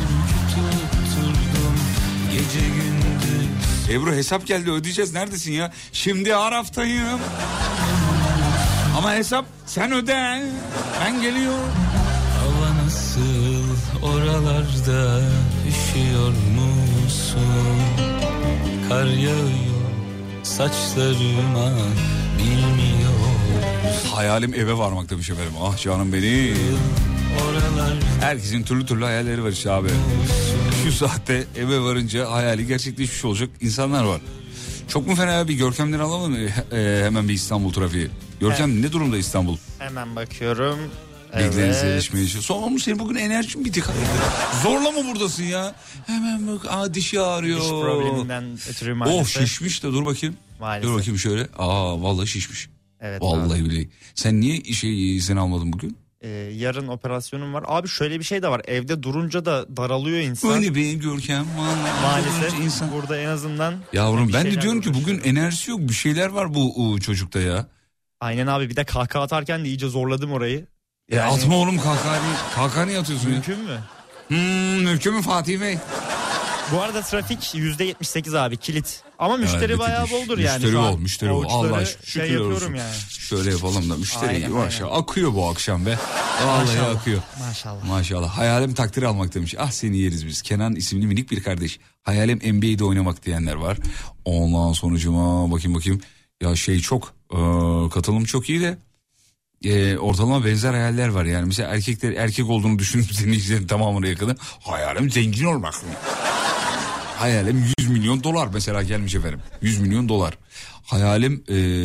Gece gündüz. Ebru hesap geldi, ödeyeceğiz, neredesin ya? Şimdi Araf'tayım. Ama hesap sen öde. Ben geliyorum. Hava nasıl oralarda, üşüyor musun? Kar yağıyor saçlarıma, bilmiyor. Hayalim eve varmak demiş efendim. Ah canım benim. Herkesin türlü hayalleri var işte abi. Şu saatte eve varınca hayali gerçekleşmiş olacak insanlar var. Çok mu fena bir Görkem'den alalım mı hemen bir İstanbul trafiği? Görkem evet. Ne durumda İstanbul? Hemen bakıyorum. Bilgilerinizi erişmeye çalışıyorum. Sonra senin bugün enerjin bitik. Zorla mı buradasın ya? Hemen bak dişi ağrıyor. Diş probleminden ötürü maalesef. Oh şişmiş de dur bakayım. Maalesef. Dur bakayım şöyle. Vallahi şişmiş. Evet. Vallahi billahi. Sen niye izin almadın bugün? Yarın operasyonum var. Abi şöyle bir şey de var. Evde durunca da daralıyor insan. Öyle benim Görkem. Maalesef insan. Burada en azından. Yavrum ben de diyorum ki bugün enerjisi yok. Bir şeyler var bu çocukta ya. Aynen abi, bir de kahkaha atarken de iyice zorladım orayı. Yani... Atma oğlum kahkahanı atıyorsun mümkün ya. Mümkün mü? Mümkün mü Fatih Bey? Bu arada trafik %78 abi, kilit. Ama müşteri bayağı boldur yani. Müşteri bol. Allah aşkına şükürler olsun. Yani. Şöyle yapalım da müşteri maşallah. Akıyor bu akşam be. Vallahi akıyor. Maşallah. Hayalim takdir almak demiş. Ah seni yeriz biz. Kenan isimli minik bir kardeş. Hayalim NBA'de oynamak diyenler var. Ondan sonucuma bakayım. Ya çok katılım çok iyi de. Ortalama benzer hayaller var yani. Mesela erkek olduğunu düşünüp dinleyicilerin tamamına yakını. Hayalim zengin olmak mı? Hayalim 100 milyon dolar mesela gelmiş efendim. 100 milyon dolar. Hayalim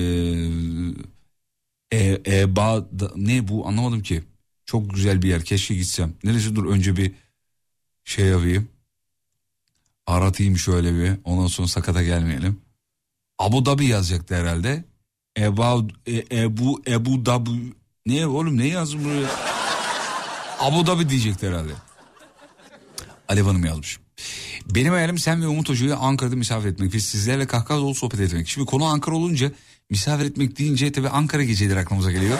ne bu anlamadım ki. Çok güzel bir yer, keşke gitsem. Neresi, dur önce bir şey yapayım. Aratayım şöyle bir. Ondan sonra sakata gelmeyelim. Abu Dhabi yazacaktı herhalde. Ebu Dhabi. Ne oğlum, ne yazdım buraya? Abu Dhabi diyecekti herhalde. Alev Hanım yazmış. Benim hayalim sen ve Umut Hoca'yı Ankara'da misafir etmek ve sizlerle kahkaha dolu sohbet etmek. Şimdi konu Ankara olunca misafir etmek deyince tabii Ankara geceleri aklımıza geliyor.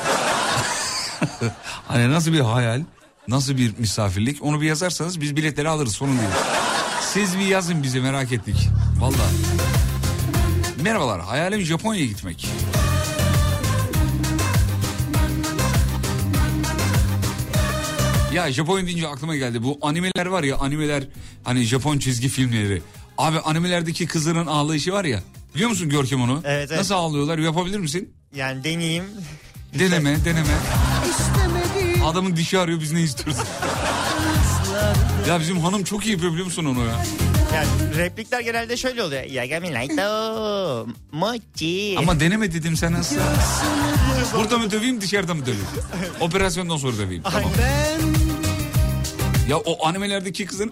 Hani nasıl bir hayal, nasıl bir misafirlik, onu bir yazarsanız biz biletleri alırız, sorun değil. Siz bir yazın bize, merak ettik. Vallahi. Merhabalar, hayalim Japonya'ya gitmek. Ya Japonya deyince aklıma geldi. Bu animeler var ya, animeler hani Japon çizgi filmleri. Abi animelerdeki kızların ağlayışı var ya. Biliyor musun Görkem onu? Evet. Nasıl ağlıyorlar, yapabilir misin? Yani deneyeyim. Deneme. Adamın dişi ağrıyor, biz ne istiyoruz? Ya bizim hanım çok iyi yapıyor, biliyor musun onu ya? Yani replikler genelde şöyle oluyor. Yagami Laito Mochi. Ama deneme dedim, sen nasıl? Burada mı döveyim, dışarıda mı döveyim? Operasyondan sonra döveyim. Tamam. Ya o animelerdeki kızın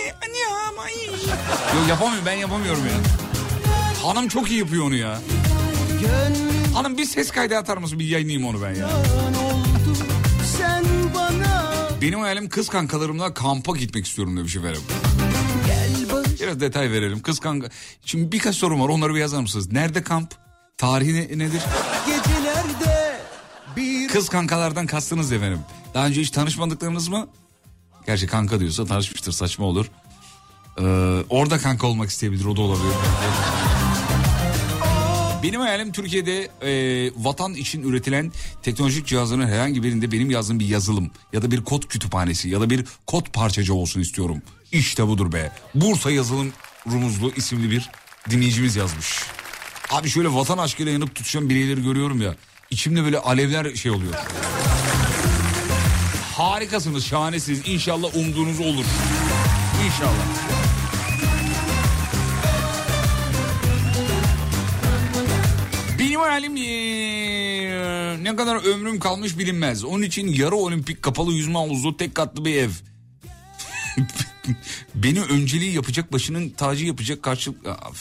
yok yapamıyorum, ben yapamıyorum ya. Hanım çok iyi yapıyor onu ya. Hanım bir ses kaydı atar mısın, bir yayınlayayım onu ben ya. Benim hayalim kız kankalarımla kampa gitmek istiyorum demiş efendim. Biraz detay verelim. Kız kanka. Şimdi birkaç sorum var, onları bir yazar mısınız? Nerede kamp? Tarihi nedir? Kız kankalardan kastınız efendim. Daha önce hiç tanışmadıklarınız mı? Gerçi kanka diyorsa tanışmıştır, saçma olur. Orada kanka olmak isteyebilir, o da olabilir. Benim hayalim Türkiye'de vatan için üretilen teknolojik cihazların herhangi birinde benim yazdığım bir yazılım ya da bir kod kütüphanesi ya da bir kod parçacığı olsun istiyorum. İşte budur be. Bursa Yazılım Rumuzlu isimli bir dinleyicimiz yazmış. Abi şöyle vatan aşkıyla yanıp tutuşan bireyleri görüyorum ya. İçimde böyle alevler şey oluyor. Harikasınız, şahanesiniz. İnşallah umduğunuz olur. İnşallah. Benim hayalim ne kadar ömrüm kalmış bilinmez. Onun için yarı olimpik kapalı yüzme havuzlu tek katlı bir ev. Beni önceliği yapacak, başının tacı yapacak karşılık...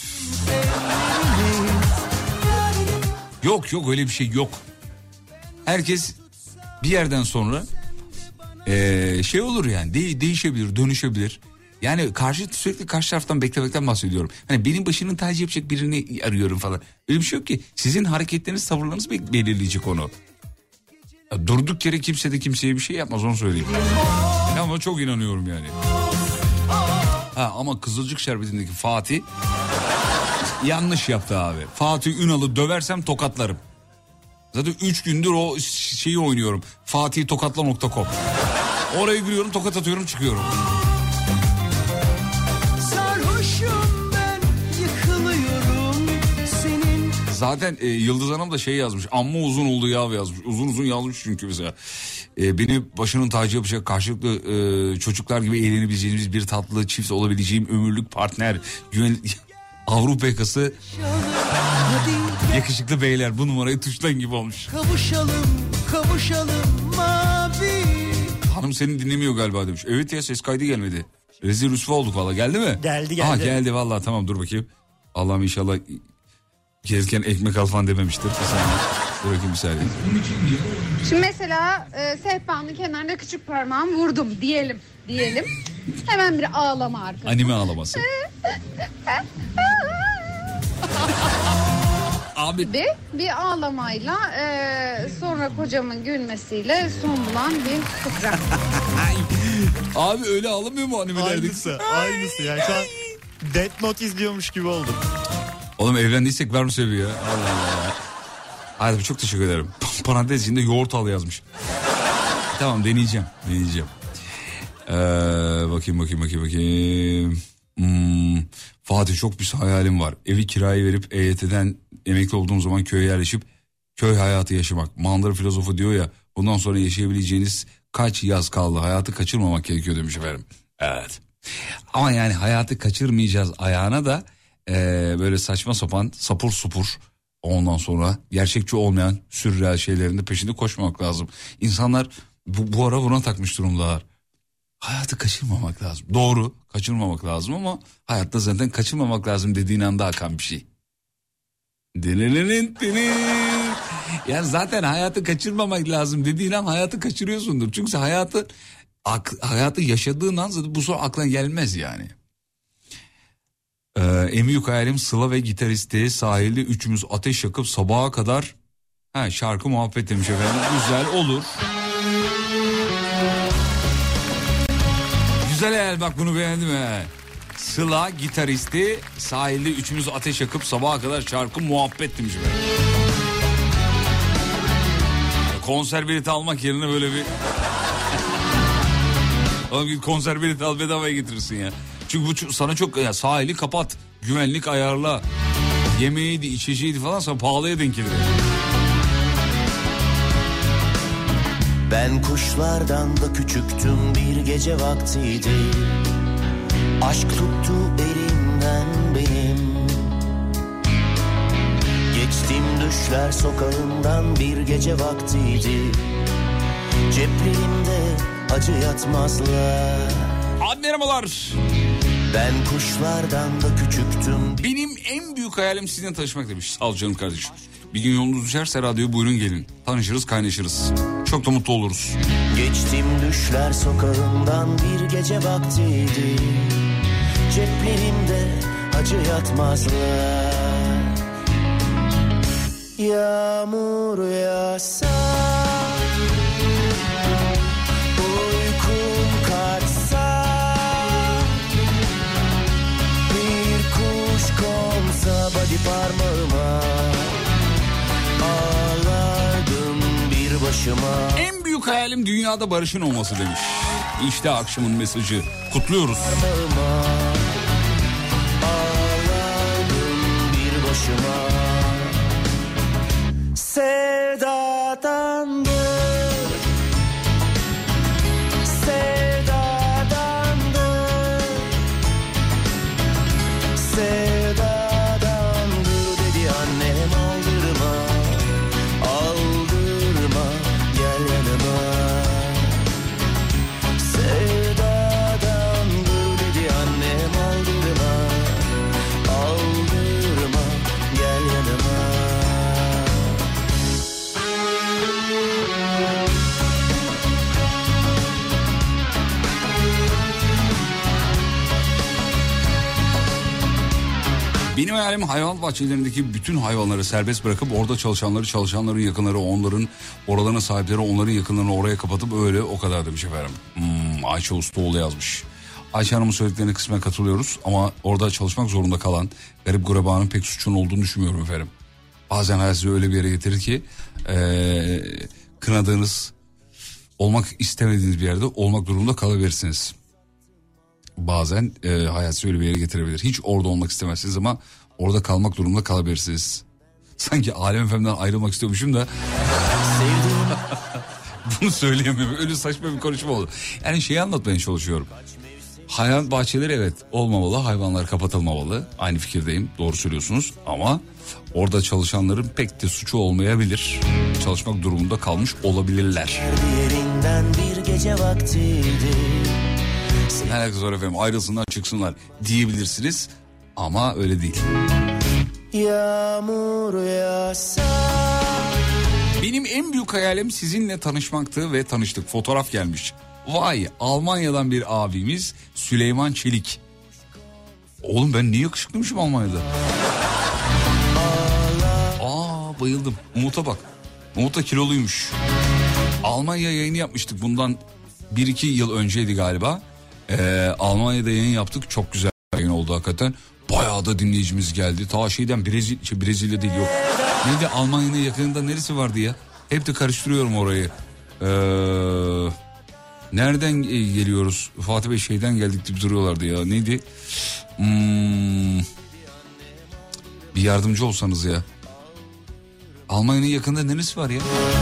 Yok öyle bir şey yok. Herkes bir yerden sonra şey olur yani, değişebilir, dönüşebilir. Yani sürekli karşı taraftan beklemekten bahsediyorum. Hani benim başının tacı yapacak birini arıyorum falan. Öyle bir şey yok ki. Sizin hareketleriniz, tavırlarınız belirleyecek onu. Ya durduk yere kimse de kimseye bir şey yapmaz, onu söyleyeyim. Ama çok inanıyorum yani. Ama Kızılcık Şerbeti'ndeki Fatih yanlış yaptı abi. Fatih Ünal'ı döversem tokatlarım. Zaten 3 gündür o şeyi oynuyorum. FatihTokatla.com. Oraya giriyorum, tokat atıyorum, çıkıyorum. Zaten Yıldız Hanım da şey yazmış. Amma uzun oldu ya yazmış. Uzun yazmış çünkü mesela. Beni başının tacı yapacak, karşılıklı çocuklar gibi eğlenebileceğimiz bir tatlı çift olabileceğim ömürlük partner. Avrupa yakası yakışıklı beyler, bu numarayı tuşlan gibi olmuş. Kavuşalım mavi. Hanım seni dinlemiyor galiba demiş. Evet ya, ses kaydı gelmedi. Rezil rüsva olduk valla. Geldi mi? Geldi. Geldi valla, tamam dur bakayım. Allah'ım inşallah gezken ekmek al falan dememiştir. Dur bakayım bir saniye. Şimdi mesela sehpanın kenarına küçük parmağımı vurdum diyelim. Hemen bir ağlama arkası. Anime ağlaması. Abi. Bir ağlamayla sonra kocamın gülmesiyle son bulan bir fıkra. Abi öyle ağlamıyor mu animelerdeki? Aynısı yani, şu an Death Note izliyormuş gibi oldum. Oğlum evlendiysek var mı seviyor ya? Allah Allah. Hayır, çok teşekkür ederim. Parantez içinde yoğurt al yazmış. Tamam, deneyeceğim. Bakayım. Fatih, çok bir hayalim var. Evi kiraya verip EYT'den emekli olduğum zaman köye yerleşip köy hayatı yaşamak. Mandıra filozofu diyor ya, bundan sonra yaşayabileceğiniz kaç yaz kaldı, hayatı kaçırmamak gerekiyor demiş efendim. Evet. Ama yani hayatı kaçırmayacağız ayağına da böyle saçma sapan sapur supur, ondan sonra gerçekçi olmayan sürreal şeylerin de peşinde koşmamak lazım. İnsanlar bu ara buna takmış durumdalar. Hayatı kaçırmamak lazım. Doğru, kaçırmamak lazım ama hayatta zaten kaçırmamak lazım dediğin anda akan bir şey. Yani zaten hayatı kaçırmamak lazım dediğin an hayatı kaçırıyorsundur. Çünkü hayatı yaşadığın an zaten bu sonra aklına gelmez yani. En büyük hayalim Sıla ve gitaristi sahilde üçümüz ateş yakıp sabaha kadar şarkı muhabbet demiş efendim. Güzel olur. Güzel hayal, bak bunu beğendim he. Sıla gitaristi sahilde üçümüz ateş yakıp sabaha kadar şarkı muhabbet demiş efendim. Konser bileti almak yerine böyle bir... Oğlum git konser bileti al, bedavaya getirirsin ya. Çünkü bu sana çok ya, sahili kapat, güvenlik ayarla, yemeğiydi, içeceğiydi falan sana pahalıya denk gelir. Ben kuşlardan da küçüktüm, bir gece vaktiydi. Aşk tuttu elimden benim. Geçtim düşler sokağından, bir gece vaktiydi. Ceplerimde acı yatmazlar. Abi merhabalar. Ben kuşlardan da küçüktüm. Benim en büyük hayalim sizinle tanışmak demiş. Sağ ol canım kardeşim. Bir gün yolunuz düşerse radyoya buyurun gelin. Tanışırız, kaynaşırız. Çok da mutlu oluruz. Geçtim düşler sokağından, bir gece vaktiydi. Ceplerimde acı yatmazlar. Yağmur yağsa, uykum kaçsa, bir kuş konsa body parmağıma, büyük hayalim dünyada barışın olması demiş. İşte akşamın mesajı. Kutluyoruz. Bir başıma sevdadandır, sevdadandır, sevdadandır dedi annem. Aldırma, aldırma, gel yanıma. Sevdadandır dedi annem. Aldırma, aldırma, gel yanıma. Benim hayalim hayvan bahçelerindeki bütün hayvanları serbest bırakıp orada çalışanların yakınları, onların oralarına sahipleri, onların yakınlarını oraya kapatıp öyle, o kadar demiş efendim. Ayşe Ustaoğlu yazmış. Ayşe Hanım'ın söylediklerine kısmen katılıyoruz ama orada çalışmak zorunda kalan garip gurebanın pek suçun olduğunu düşünmüyorum efendim. Bazen hayat sizi öyle bir yere getirir ki kınadığınız, olmak istemediğiniz bir yerde olmak durumunda kalabilirsiniz. Bazen hayat sizi öyle bir yere getirebilir. Hiç orada olmak istemezsiniz ama orada kalmak durumunda kalabilirsiniz. Sanki Alem FM'den ayrılmak istiyormuşum da bunu söyleyemiyorum. Öyle saçma bir konuşma oldu. Yani şeyi anlatmaya çalışıyorum. Hayvan bahçeleri evet olmamalı, hayvanlar kapatılmamalı. Aynı fikirdeyim, doğru söylüyorsunuz. Ama orada çalışanların pek de suçu olmayabilir. Çalışmak durumunda kalmış olabilirler. Yerinden bir gece vaktiydi. Ne alakası var efendim, ayrılsınlar çıksınlar diyebilirsiniz ama öyle değil. Yağmur yağsa. Benim en büyük hayalim sizinle tanışmaktı ve tanıştık. Fotoğraf gelmiş. Vay, Almanya'dan bir abimiz Süleyman Çelik. Oğlum ben niye yakışıklıymışım Almanya'da? Bayıldım. Umut'a bak. Umut da kiloluymuş. Almanya yayını yapmıştık bundan 1-2 yıl önceydi galiba. Almanya'da yayın yaptık. Çok güzel yayın oldu hakikaten. Bayağı da dinleyicimiz geldi. Ta şeyden Brezilya değil, yok. Neydi Almanya'nın yakınında neresi vardı ya? Hep de karıştırıyorum orayı. Nereden geliyoruz? Fatih Bey şeyden geldik deyip duruyorlardı ya. Neydi? Bir yardımcı olsanız ya. Almanya'nın yakında neresi var ya?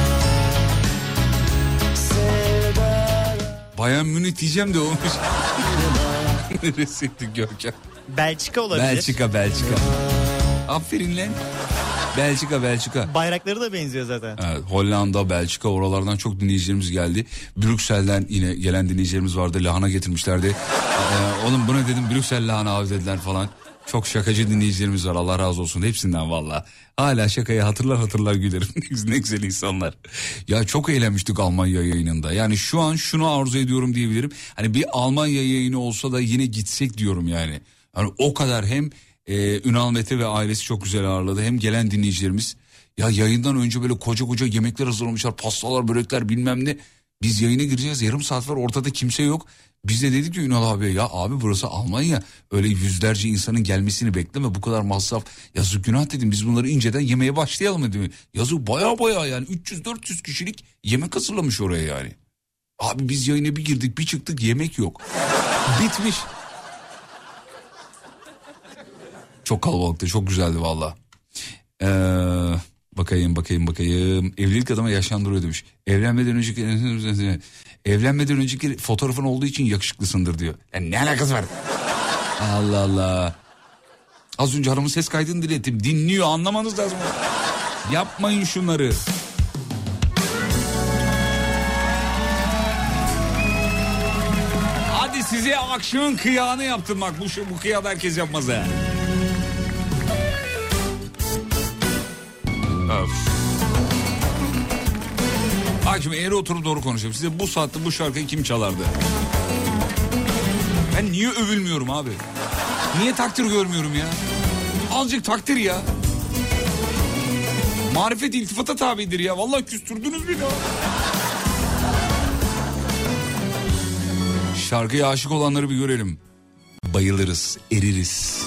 Bayern Münih diyeceğim de olmuş. Neresiydi Görkem? Belçika olabilir. Belçika. Aferin lan. Belçika. Bayrakları da benziyor zaten. Evet, Hollanda, Belçika, oralardan çok dinleyicilerimiz geldi. Brüksel'den yine gelen dinleyicilerimiz vardı. Lahana getirmişlerdi. Oğlum bu ne dedim, Brüksel lahana abi dediler falan. Çok şakacı dinleyicilerimiz var, Allah razı olsun hepsinden valla. Hala şakayı hatırlar gülerim. Ne güzel insanlar. Ya çok eğlenmiştik Almanya yayınında. Yani şu an şunu arzu ediyorum diyebilirim. Hani bir Almanya yayını olsa da yine gitsek diyorum yani. Yani o kadar hem Ünal Mete ve ailesi çok güzel ağırladı. Hem gelen dinleyicilerimiz. Ya yayından önce böyle koca yemekler hazırlamışlar. Pastalar, börekler bilmem ne. Biz yayına gireceğiz, yarım saat var, ortada kimse yok. Biz de dedik ki Ünal abi, ya abi burası Almanya, öyle yüzlerce insanın gelmesini bekleme, bu kadar masraf, yazık günah dedim, biz bunları inceden yemeye başlayalım dedim. Yazık baya yani 300-400 kişilik yemek hazırlamış oraya yani. Abi biz yayına bir girdik bir çıktık, yemek yok. Bitmiş. Çok kalabalıktı, çok güzeldi valla. Bakayım. Evlilik adama yaşlandırıyor demiş. Evlenmeden önceki fotoğrafın olduğu için yakışıklısındır diyor. Yani ne alakası var? Allah. Az önce hanımın ses kaydını dinlettim. Dinliyor, anlamanız lazım. Yapmayın şunları. Hadi size akşamın kıyağını yaptım bak. Bu kıyağı herkes yapmaz ha. Öf. Bak şimdi eğri oturup doğru konuşayım. Size bu saatte bu şarkıyı kim çalardı? Ben niye övülmüyorum abi? Niye takdir görmüyorum ya? Azıcık takdir ya. Marifet iltifata tabidir ya. Vallahi küstürdünüz beni. Şarkıya aşık olanları bir görelim. Bayılırız, eririz.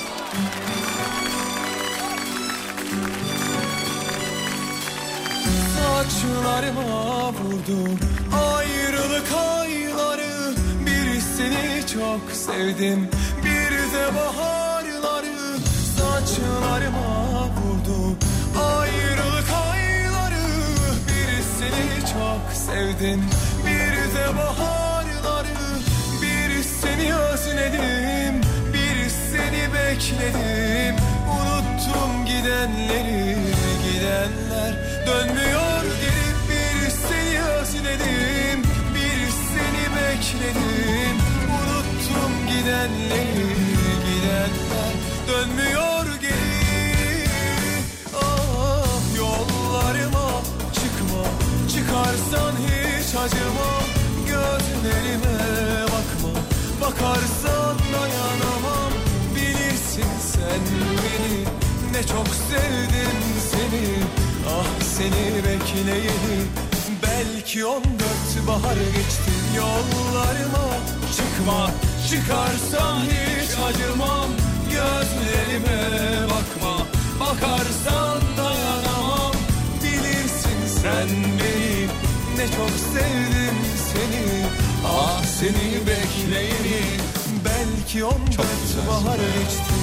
Saçlarıma vurdum ayrılık ayları, bir seni çok sevdim bir de baharları. Saçlarıma vurdum ayrılık ayları, bir seni çok sevdim bir de baharları. Bir seni özledim, bir seni bekledim, unuttum gidenleri, gidenler dönmüyor geri. Bir seni özledim, bir seni bekledim, unuttum gidenleri, gidenler dönmüyor geri. Ah yollarıma çıkma, çıkarsan hiç acıma, gözlerime bakma, bakarsan dayanamam. Bilirsin sen beni, ne çok sevdim seni, ah seni bekleyeli belki 14 bahar geçti. Yollarıma çıkma, çıkarsan hiç acımam, gözlerime bakma, bakarsan dayanamam. Bilirsin sen beni, ne çok sevdim seni, ah seni bekleyeli belki 14 bahar geçti.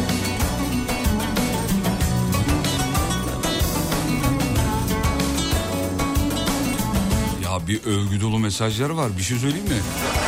Ya bir övgü dolu mesajlar var, bir şey söyleyeyim mi?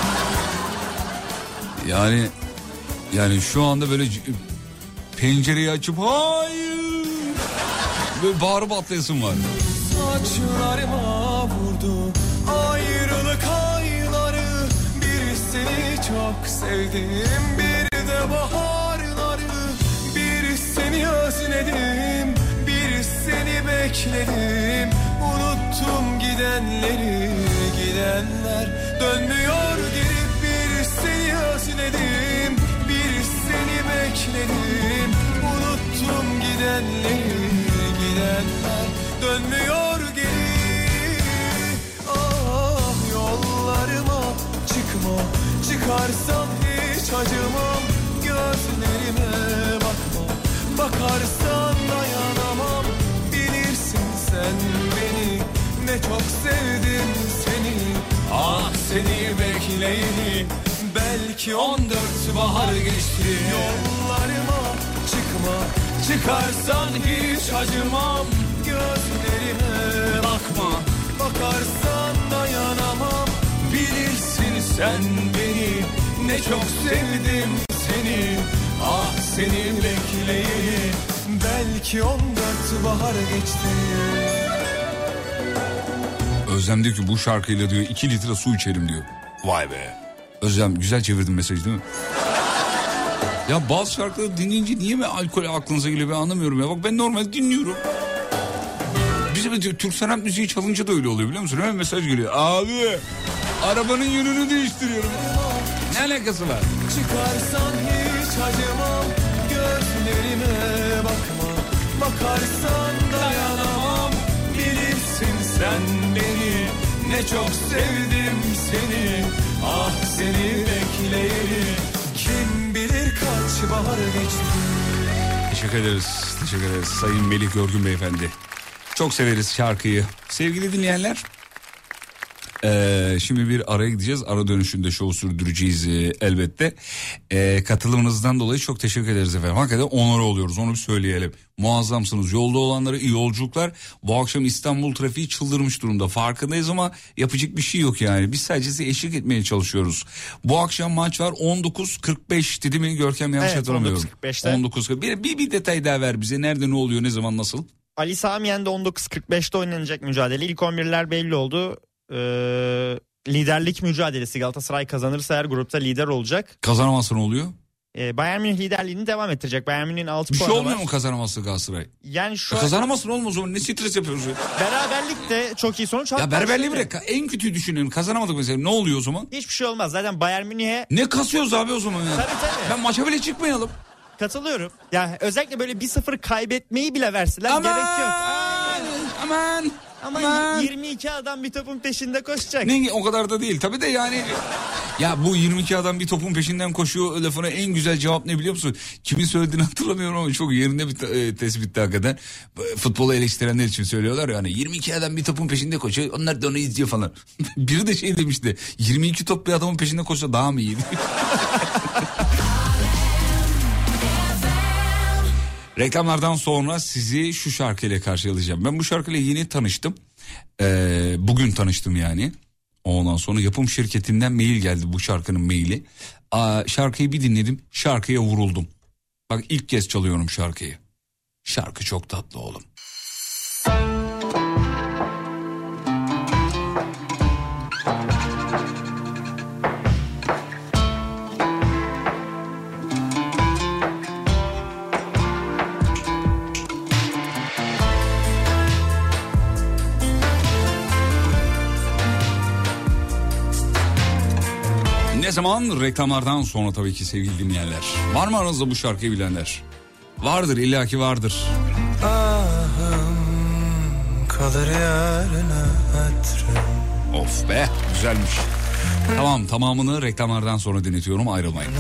Yani şu anda böyle pencereyi açıp hayır böyle bağırıp atlayasım var. Saçlarıma vurdu ayrılık ayları, bir seni çok sevdim bir de baharları. Bir seni özledim, bir seni bekledim, unuttum gidenleri, gidenler dönmüyor geri. Bir seni özledim, bir seni bekledim, unuttum gidenleri, gidenler dönmüyor geri. Ah yollarıma çıkma, çıkarsan hiç acımam, gözlerime bakma, bakarsan dayanamam. Bilirsin sen beni, ne çok sevdim seni, ah seni bekleyeli belki 14 bahar geçti. Yollarıma çıkma, çıkarsan hiç acımam, gözlerime bakma, bakarsan dayanamam. Bilirsin sen beni, ne çok sevdim seni, ah seni bekleyeli belki 14 bahar geçti. Özlem diyor ki bu şarkıyla diyor 2 litre su içerim diyor. Vay be. Özlem güzel çevirdin mesajı değil mi? Ya bazı şarkıları dinleyince niye mi alkol aklınıza geliyor ben anlamıyorum ya. Bak ben normal dinliyorum. Bizim Türk sanat müziği çalınca da öyle oluyor biliyor musun? Hemen mesaj geliyor. Abi arabanın yönünü değiştiriyorum. Ne alakası var? Çıkarsan hiç acımam, gözlerime bakma, bakarsan dayanamam. Bilirsin sen beni, ne çok sevdim seni, ah seni bekleyeli kim bilir kaç bahar geçti. Teşekkür ederiz. Teşekkür ederiz Sayın Melih Görgün Beyefendi. Çok severiz şarkıyı. Sevgili dinleyenler. Şimdi bir araya gideceğiz. Ara dönüşünde şovu sürdüreceğiz elbette. Katılımınızdan dolayı çok teşekkür ederiz efendim. Hakikaten onur oluyoruz, onu bir söyleyelim. Muazzamsınız. Yolda olanlara iyi yolculuklar. Bu akşam İstanbul trafiği çıldırmış durumda. Farkındayız ama yapacak bir şey yok yani. Biz sadece size eşlik etmeye çalışıyoruz. Bu akşam maç var 19.45 dedi mi Görkem, yanlış hatırlamıyorum. 19.45'te. 19.45. Bir detay daha ver bize. Nerede, ne oluyor, ne zaman, nasıl? Ali Sami Yen'de 19.45'te oynanacak mücadele. İlk 11'ler belli oldu. Liderlik mücadelesi, Galatasaray kazanırsa eğer grupta lider olacak. Kazanamazsa ne oluyor? Bayern Münih liderliğini devam ettirecek. Bayern Münih'in 6 puanı var. Bir şey olmuyor var. mu kazanamazsa Galatasaray? Yani şu an... Kazanamazsın olmaz o zaman, ne stres yapıyoruz ya? Beraberlik de çok iyi sonuç. Ya beraberliği bırak, en kötüyü düşünelim, kazanamadık mesela, ne oluyor o zaman? Hiçbir şey olmaz zaten Bayern Münih'e. Ne kasıyoruz abi o zaman ya? Tabii. Ben maça bile çıkmayalım. Katılıyorum. Ya özellikle böyle 1-0 kaybetmeyi bile verseler gerek yok. Ama 22 adam bir topun peşinde koşacak. Ne, o kadar da değil tabii de yani. Ya bu 22 adam bir topun peşinden koşuyor lafına en güzel cevap ne biliyor musun? Kimin söylediğini hatırlamıyorum ama çok yerinde bir tespitti hakikaten. Futbolu eleştirenler için söylüyorlar ya hani 22 adam bir topun peşinde koşuyor. Onlar da onu izliyor falan. Biri de şey demişti. 22 top bir adamın peşinde koşsa daha mı iyi? Reklamlardan sonra sizi şu şarkıyla karşılayacağım. Ben bu şarkıyla yeni tanıştım. Bugün tanıştım yani. Ondan sonra yapım şirketinden mail geldi, bu şarkının maili. Şarkıyı bir dinledim, şarkıya vuruldum. Bak ilk kez çalıyorum şarkıyı. Şarkı çok tatlı oğlum. Ne zaman? Reklamlardan sonra tabii ki sevgili dinleyenler. Var mı aranızda bu şarkıyı bilenler? Vardır, illaki vardır. Ahım kalır yarına hatırım. Of be, güzelmiş. Tamam, tamamını reklamlardan sonra dinletiyorum, ayrılmayın.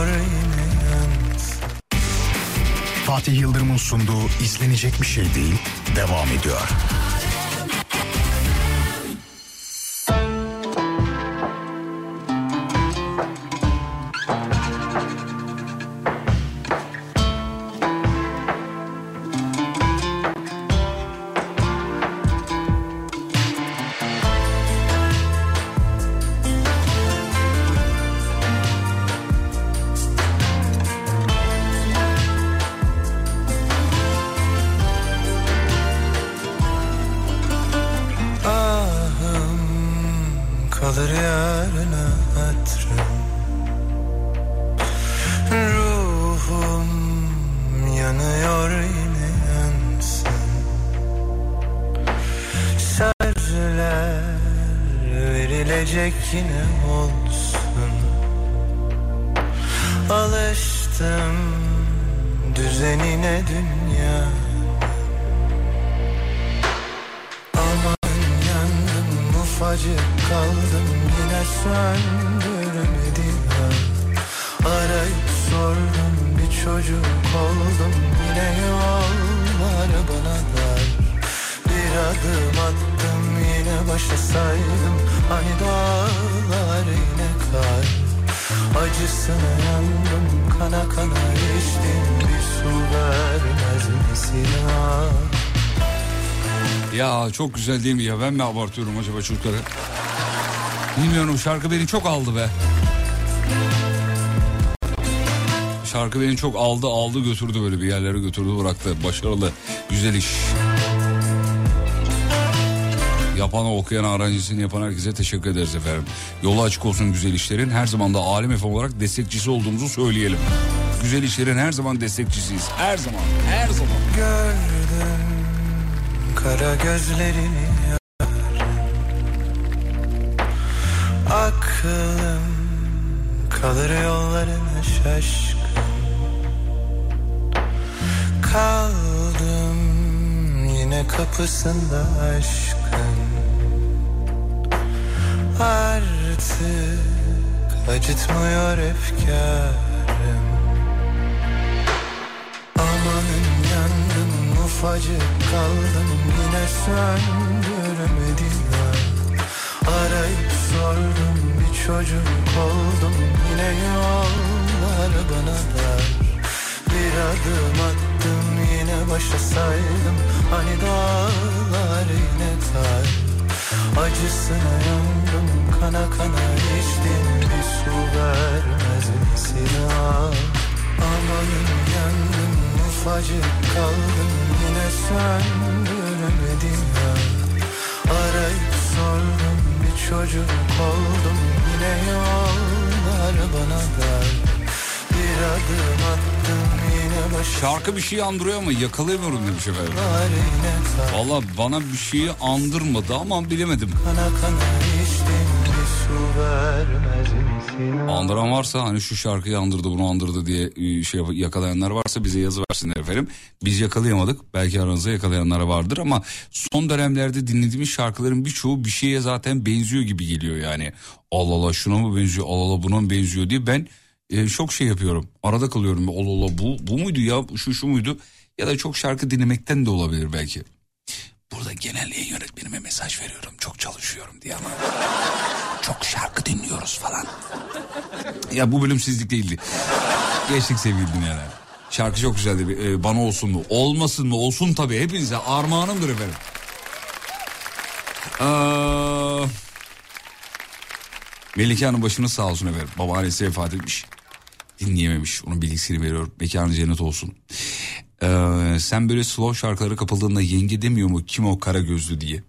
Fatih Yıldırım'ın sunduğu izlenecek bir şey değil devam ediyor. Yine olsun. Alıştım düzenine dünya. Aman yandım, ufacık kaldım, yine söndürmedim. Arayıp sordum, bir çocuk oldum, yine yollar bana dar. Bir adım attım, yine başa saydım. Hani dağlar yine kar. Acısına yandım, kana kana içtim. Bir su vermez misin ha? Ya çok güzel değil mi ya? Ben mi abartıyorum acaba çocukları? Bilmiyorum, şarkı beni çok aldı be. Şarkı beni çok aldı götürdü, böyle bir yerlere götürdü, bıraktı. Başarılı, güzel iş. Yapana, okuyana, aranjesini yapan herkese teşekkür ederiz efendim. Yolu açık olsun güzel işlerin. Her zaman da Alem FM olarak destekçisi olduğumuzu söyleyelim. Güzel işlerin her zaman destekçisiyiz. Her zaman, her zaman. Gördüm kara gözlerini yar. Aklım kalır yollarına şaşkın. Kaldım yine kapısında aşkın. Artık acıtmıyor efkarım. Amanın yandım, ufacık kaldım, yine söndüremedim. Arayıp sordum, bir çocuk oldum, yine yollar bana dar. Bir adım attım, yine başa saydım. Hani dağlar yine kar. Acısına yandım, kana kana içtim. Bir su vermez misin ha? Amanın yandım, ufacık kaldım, yine söndüremedim ya. Arayıp sordum, bir çocuk oldum, yine yollar bana dar. Bir adım attım, yine başa... Şarkı bir şeyi andırıyor ama yakalayamıyorum demiş efendim. Valla bana bir şeyi andırmadı ama bilemedim. Kana kana içtim, bir su vermez misin? Andıran varsa hani şu şarkıyı andırdı bunu andırdı diye yakalayanlar varsa bize yazı versinler efendim. Biz yakalayamadık, belki aranızda yakalayanlara vardır ama son dönemlerde dinlediğimiz şarkıların birçoğu bir şeye zaten benziyor gibi geliyor yani. Allah Allah şuna mı benziyor, Allah Allah buna mı benziyor diye ben çok şey yapıyorum. Arada kalıyorum. Allah Allah bu muydu ya, şu muydu? Ya da çok şarkı dinlemekten de olabilir belki. Burada genel yayın yönetmenime mesaj veriyorum. Çok çalışıyorum diye ama çok şarkı dinliyoruz falan. Ya bu bölümsüzlük değildi. Geçtik sevgili dinleyenler. Şarkı çok güzeldi. Bana olsun mu? Olmasın mı? Olsun tabii. Hepinize armağanımdır efendim. Melike Hanım başınız sağ olsun efendim. Babaannesi vefat etmiş. Dinleyememiş. Onun bilgisini veriyorum. Mekanı cennet olsun. Sen böyle slow şarkılara kapıldığında yenge demiyor mu kim o kara gözlü diye?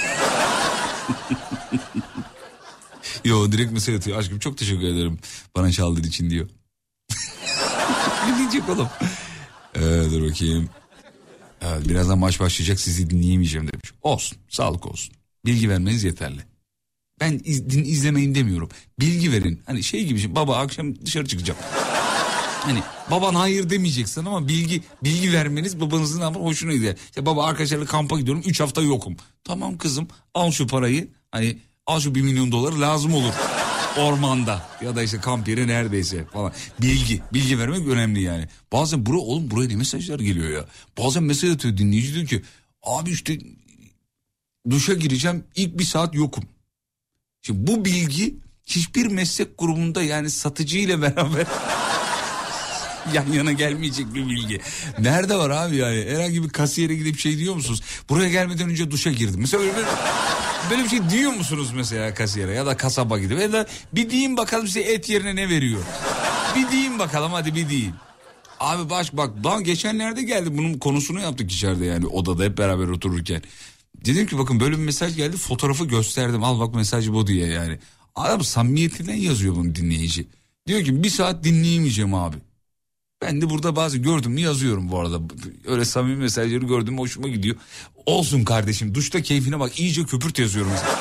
Yo direkt mesaj atıyor. Aşkım çok teşekkür ederim bana çaldığın için diyor. Ne diyecek oğlum? Dur bakayım. Evet, birazdan maç başlayacak sizi dinleyemeyeceğim demiş. Olsun, sağlık olsun. Bilgi vermeniz yeterli. Ben izlemeyin demiyorum. Bilgi verin. Hani şey gibi, baba akşam dışarı çıkacağım. Hani baban hayır demeyeceksin ama bilgi vermeniz babanızın ama hoşuna gider. İşte baba arkadaşlarla kampa gidiyorum 3 hafta yokum. Tamam kızım al şu parayı, hani al şu $1 milyon lazım olur ormanda ya da işte kamp yeri neredeyse falan. Bilgi vermek önemli yani. Bazen buraya ne mesajlar geliyor ya. Bazen mesaj atıyor dinleyici, diyor ki abi işte duşa gireceğim ilk 1 saat yokum. Şimdi bu bilgi hiçbir meslek grubunda yani satıcı ile beraber yan yana gelmeyecek bir bilgi. Nerede var abi yani? Herhangi bir kasiyere gidip şey diyor musunuz? Buraya gelmeden önce duşa girdim. Mesela böyle bir şey diyor musunuz mesela kasiyere ya da kasaba gidip? Ya da bir deyin bakalım size et yerine ne veriyor? Bir deyin bakalım, hadi bir deyin. Abi bak daha geçenlerde geldi, bunun konusunu yaptık içeride yani odada hep beraber otururken. Dedim ki bakın böyle bir mesaj geldi, fotoğrafı gösterdim, al bak mesajı bu diye yani. Adam samimiyetinden yazıyor bunu dinleyici. Diyor ki 1 saat dinleyemeyeceğim abi. Ben de burada bazı gördüm mü yazıyorum bu arada. Öyle samimi mesajları gördüm mü hoşuma gidiyor. Olsun kardeşim, duşta keyfine bak, iyice köpürt yazıyorum mesela.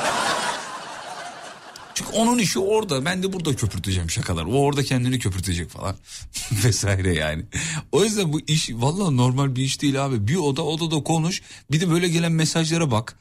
Çünkü onun işi orada, ben de burada köpürteceğim şakalar. O orada kendini köpürtecek falan vesaire yani. O yüzden bu iş vallahi normal bir iş değil abi. Bir odada konuş, bir de böyle gelen mesajlara bak.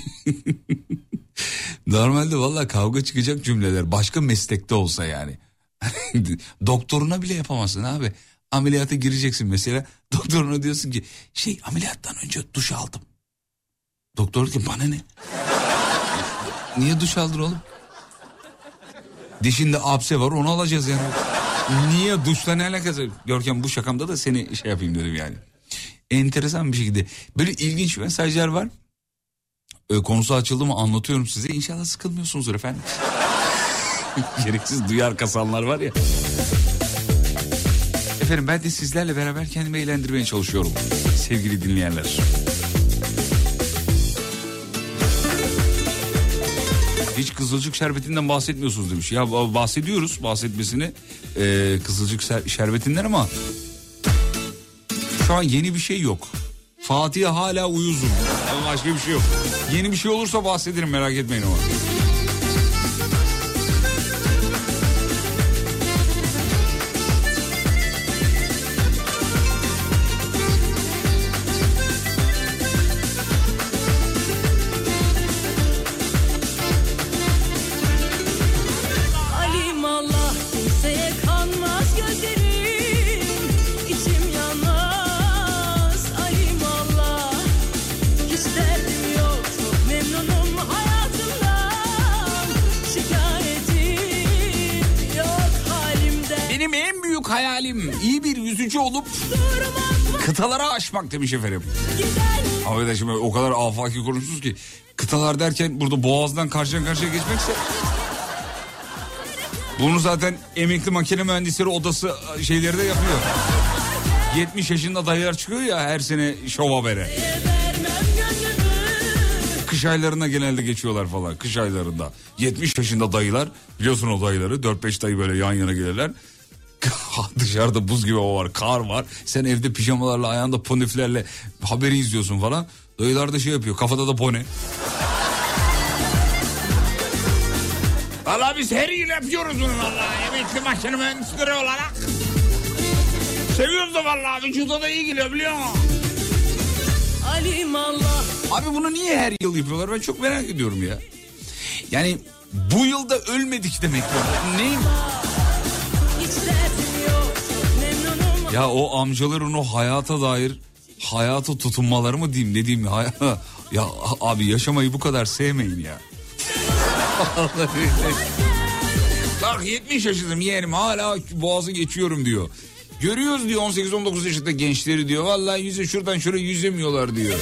Normalde vallahi kavga çıkacak cümleler başka meslekte olsa yani. Doktoruna bile yapamazsın abi. Ameliyata gireceksin mesela, doktoruna diyorsun ki ameliyattan önce duş aldım. Doktor diyor ki bana ne? Niye duş aldın oğlum? Dişinde apse var, onu alacağız yani. Niye, duşla ne alakası? Görkem bu şakamda da seni yapayım dedim yani. Enteresan bir şekilde böyle ilginç mesajlar var. Konusu açıldı mı anlatıyorum size, İnşallah sıkılmıyorsunuzdur efendim. Gereksiz duyar kasanlar var ya. Efendim ben de sizlerle beraber kendimi eğlendirmeye çalışıyorum sevgili dinleyenler. Hiç Kızılcık Şerbeti'nden bahsetmiyorsunuz demiş. Ya bahsediyoruz bahsetmesini Kızılcık Şerbeti'nden ama şu an yeni bir şey yok. Fatih'e hala uyuzum. Ama başka bir şey yok. Yeni bir şey olursa bahsederim, merak etmeyin ama. Hayalim iyi bir yüzücü olup kıtalara aşmak demiş efendim. Abi de şimdi o kadar afaki konuşuyoruz ki kıtalar derken burada boğazdan karşıya geçmekse bunu zaten emekli makine mühendisleri odası şeyleri de yapıyor. 70 yaşında dayılar çıkıyor ya her sene şov habere. Kış aylarına genelde geçiyorlar falan, kış aylarında. 70 yaşında dayılar, biliyorsun o dayıları, 4-5 dayı böyle yan yana gelirler. Dışarıda buz gibi hava var, kar var. Sen evde pijamalarla, ayağında poniflerle haberi izliyorsun falan. Dayılar da şey yapıyor, kafada da pone. Vallahi biz her yıl yapıyoruz bunu vallahi. Emekli makine mühendisleri olarak. Seviyoruz da vallahi. Vücuda da iyi geliyor biliyor musun? Abi bunu niye her yıl yapıyorlar? Ben çok merak ediyorum ya. Yani bu yılda ölmedik demek ki. Neyim? Ya o amcaların o hayata dair hayata tutunmaları mı diyeyim ne diyeyim ya abi yaşamayı bu kadar sevmeyin ya. Bak 70 yaşındayım yeğenim hala boğazı geçiyorum diyor. Görüyoruz diyor 18-19 yaşında gençleri diyor. Vallahi yüze şuradan şuraya yüzemiyorlar diyor.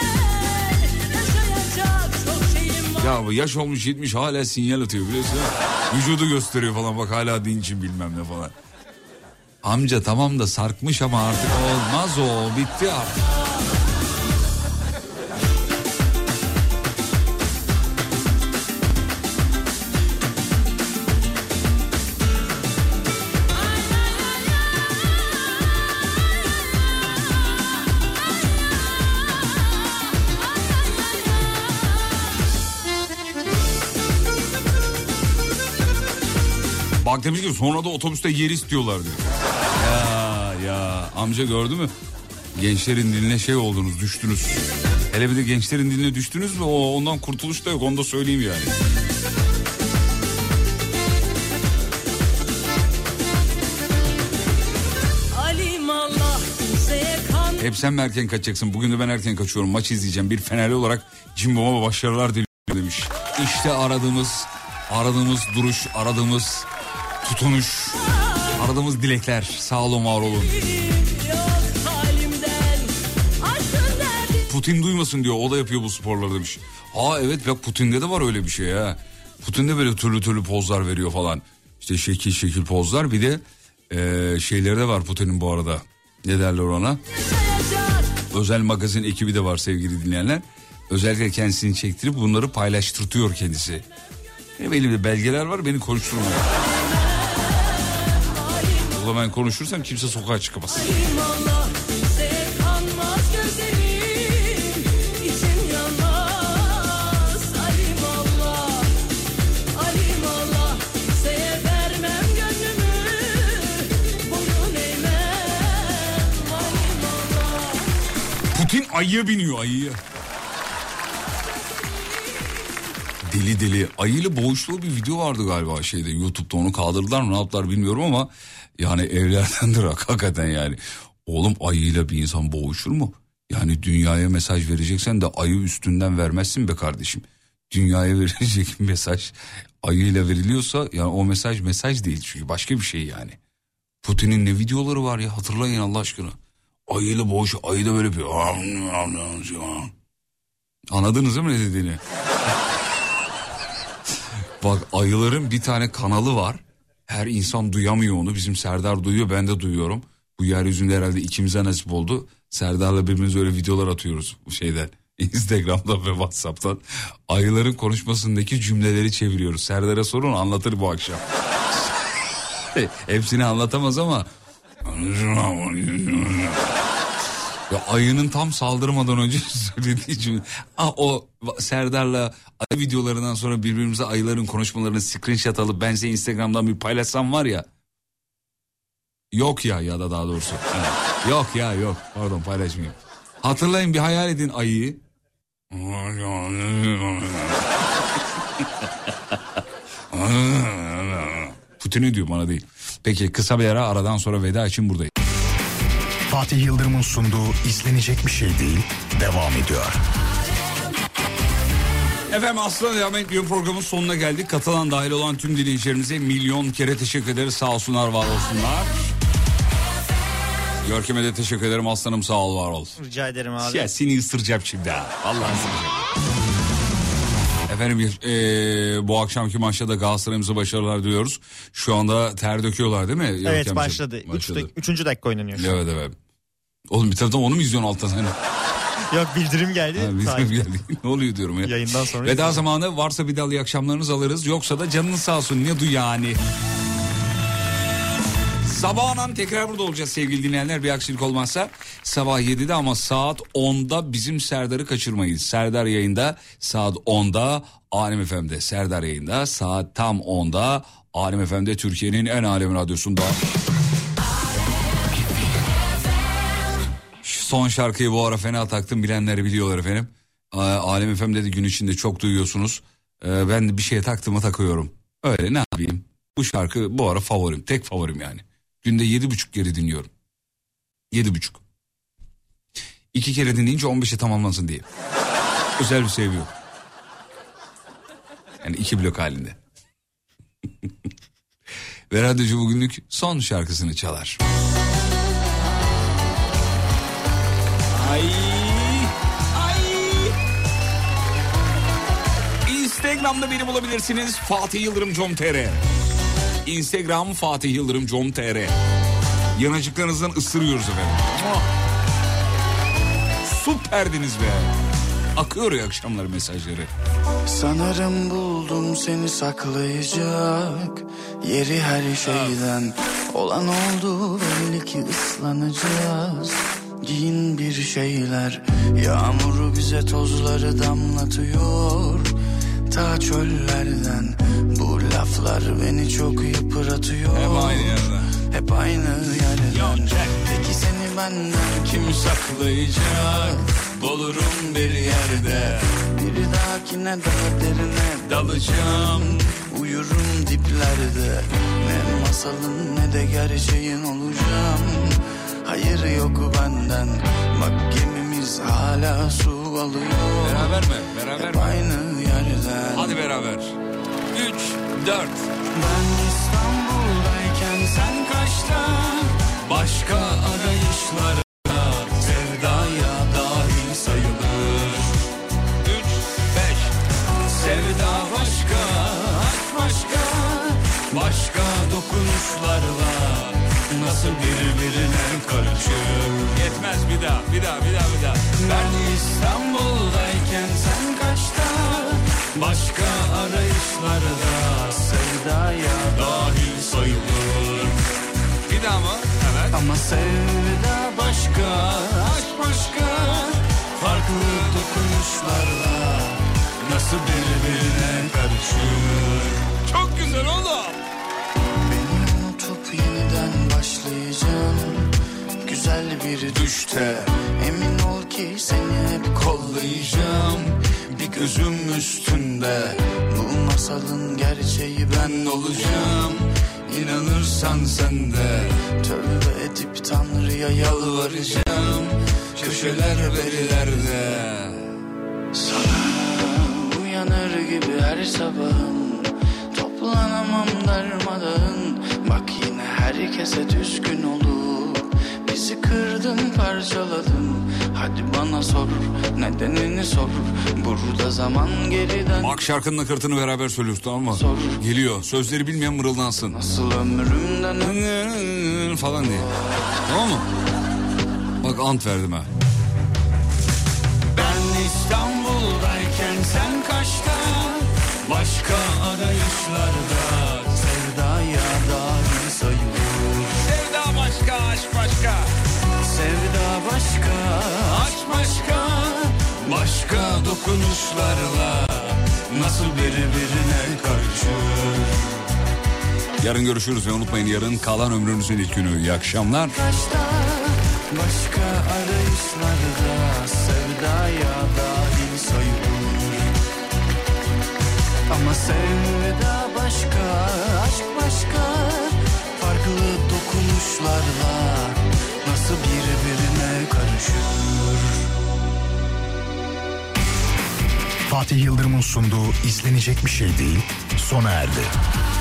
Ya bu yaş olmuş 70 hala sinyal atıyor biliyorsun. Vücudu gösteriyor falan bak hala dinçim bilmem ne falan. Amca tamam da sarkmış ama artık olmaz o bitti artık. Bak demiş ki sonra da otobüste yer istiyorlar diyor. Ya amca gördü mü? Gençlerin diline şey oldunuz düştünüz. Hele bir de gençlerin diline düştünüz mü ondan kurtuluş da yok onu da söyleyeyim yani. Hep sen mi erken kaçacaksın? Bugün de ben erken kaçıyorum. Maç izleyeceğim. Bir Fenerli olarak Cimbom'a başarılar diliyorum demiş. İşte aradığımız duruş, aradığımız tutunuş, aradığımız dilekler. Sağ olun, var olun. Putin duymasın diyor. O da yapıyor bu sporları demiş. Evet bak Putin'de de var öyle bir şey ha. Putin'de böyle türlü pozlar veriyor falan. İşte şekil pozlar. Bir de şeyleri de var Putin'in bu arada. Ne derler ona? Özel magazin ekibi de var sevgili dinleyenler. Özellikle kendisini çektirip bunları paylaştırtıyor kendisi. Benim elimde belgeler var beni konuşturmuyor. O zaman ben konuşursam kimse sokağa çıkamaz. Putin ayıya biniyor ayıya. Deli ayıyla boğuştuğu bir video vardı galiba şeyde YouTube'da onu kaldırdılar mı ne yaptılar bilmiyorum ama yani evlerdendir hakikaten yani. Oğlum ayıyla bir insan boğuşur mu? Yani dünyaya mesaj vereceksen de ayı üstünden vermezsin be kardeşim. Dünyaya verilecek mesaj ayıyla veriliyorsa yani o mesaj değil çünkü başka bir şey yani. Putin'in ne videoları var ya hatırlayın Allah aşkına. Ayıyla boğuş ayı da böyle bir anladınız değil mi ne dediğini? Bak ayıların bir tane kanalı var. Her insan duyamıyor onu. Bizim Serdar duyuyor ben de duyuyorum. Bu yeryüzünde herhalde ikimize nasip oldu. Serdar'la birbirimize öyle videolar atıyoruz bu şeyden. Instagram'dan ve WhatsApp'tan. Ayıların konuşmasındaki cümleleri çeviriyoruz. Serdar'a sorun anlatır bu akşam. Hepsini anlatamaz ama. Ya ayının tam saldırmadan önce söylediği cümle. O Serdar'la ayı videolarından sonra birbirimize ayıların konuşmalarını screenshot alıp ben size Instagram'dan bir paylaşsam var ya. Yok ya da daha doğrusu. Yani, yok. Pardon paylaşmayayım. Hatırlayın bir hayal edin ayıyı. Putin'e diyor bana değil. Peki kısa bir aradan sonra veda için buradayım. Fatih Yıldırım'ın sunduğu izlenecek bir şey değil devam ediyor. Efendim aslında devam ediyor programın sonuna geldik. Katılan dahil olan tüm dinleyicilerimize milyon kere teşekkür ederiz. Sağ olsunlar var olsunlar. Görkem'e de teşekkür ederim aslanım sağ ol var ol. Rica ederim abi. Ya seni ısıracağım şimdi ha. Vallahi ısıracağım. Efendim bu akşamki maçta da Galatasaray'ımıza başarılar diliyoruz. Şu anda ter döküyorlar değil mi? Evet başladı. 3. dakika oynanıyor. Evet. Oğlum bir taraftan onu mu izliyorsun alttan sen? Yok bildirim geldi. Bildirim geldi. Ne oluyor diyorum ya. Yayından sonra. Veda zamanı varsa bir daha iyi akşamlarınızı alırız. Yoksa da canınız sağ olsun. Ne du yani. Sabahın tekrar burada olacağız sevgili dinleyenler, bir aksilik olmazsa. Sabah 7'de ama saat 10'da bizim Serdar'ı kaçırmayın. Serdar yayında saat 10'da, Alem FM'de Serdar yayında saat tam 10'da, Alem FM'de Türkiye'nin en alem radyosunda. Son şarkıyı bu ara fena taktım, bilenleri biliyorlar efendim. Alem FM'de de gün içinde çok duyuyorsunuz. Ben de bir şeye taktığımı takıyorum. Öyle, ne yapayım? Bu şarkı bu ara favorim, tek favorim yani. Günde 7,5 kere dinliyorum. 7,5. 2 kere dinleyince 15'e tamamlansın diye. Özel bir sevgi yok. Yani 2 blok halinde. Ve radyocu bugünlük son şarkısını çalar. Ay. Instagram'da beni bulabilirsiniz. Fatih Yıldırım com.tr. Instagram Fatih Yıldırım com.tr. Yanacıklarınızdan ısırıyoruz efendim. Süperdiniz be. Akıyor ya akşamları mesajları. Sanırım buldum seni saklayacak yeri her şeyden. Olan oldu, belli ki ıslanacağız. Giyin bir şeyler, yağmuru bize tozları damlatıyor. Ta çöllerden bu laflar beni çok yıpratıyor. Hep aynı yerden. Hep aynı yerden. Peki seni benden kim saklayacak? Bulurum bir yerde. Bir dahakine daha derine dalacağım. Uyurum diplerde. Ne masalın ne de gerçeğin olacağım. Hayır yok benden. Bak gemimiz hala su alıyor. Beraber mi? Beraber hep mi? aynı yerden. Hadi beraber. 3, 4. Ben İstanbul'dayken sen kaçta? Başka arayışlara sevdaya dahil sayılır. 3, 5. Sevda başka, aşk başka. Başka dokunuşlarla nasıl birbirine karışır. Yetmez, bir daha. Ben İstanbul'dayken sen kaçta? Başka arayışlarda sevdaya dahil sayılır. Bir daha mı? Evet. Ama sevda başka, aşk başka. Farklı dokunuşlarla nasıl birbirine karışır. Çok güzel oldu. Beni unutup yeniden başlayacağım. Güzel bir düşte emin ol ki seni hep kollayacağım. Bir gözüm üstünde bu masalın gerçeği ben olacağım. İnanırsan sen de tövbe edip Tanrı'ya yalvaracağım. Köşeler berilerde sana uyanır gibi her sabahım. Toplanamam darmadağın. Bak yine herkese düşkün olup bizi kırdın parçaladın. Hadi bana sor nedenini sor. Burada zaman geriden. Bak şarkının nakaratını beraber söylüyoruz, tamam mı? Sor. Geliyor. Sözleri bilmeyen mırıldansın. Nasıl ömrümden falan diye. Tamam mı? Bak ant verdim ha. Ben İstanbul'dayken sen kaçta? Başka arayışlarda sevdaya dahil sayılır. Sevda başka, aşk başka. Sevda başka, aşk başka. Başka dokunuşlarla nasıl birbirine karışır. Yarın görüşürüz ve unutmayın, yarın kalan ömrünüzün ilk günü. İyi akşamlar. Kaçta? Başka arayışlarda sevdaya dahil sayılır. Ama sevda başka, aşk başka. Farklı dokunuşlarla nasıl birbirine karışır. Fatih Yıldırım'ın sunduğu izlenecek bir şey değil sona erdi.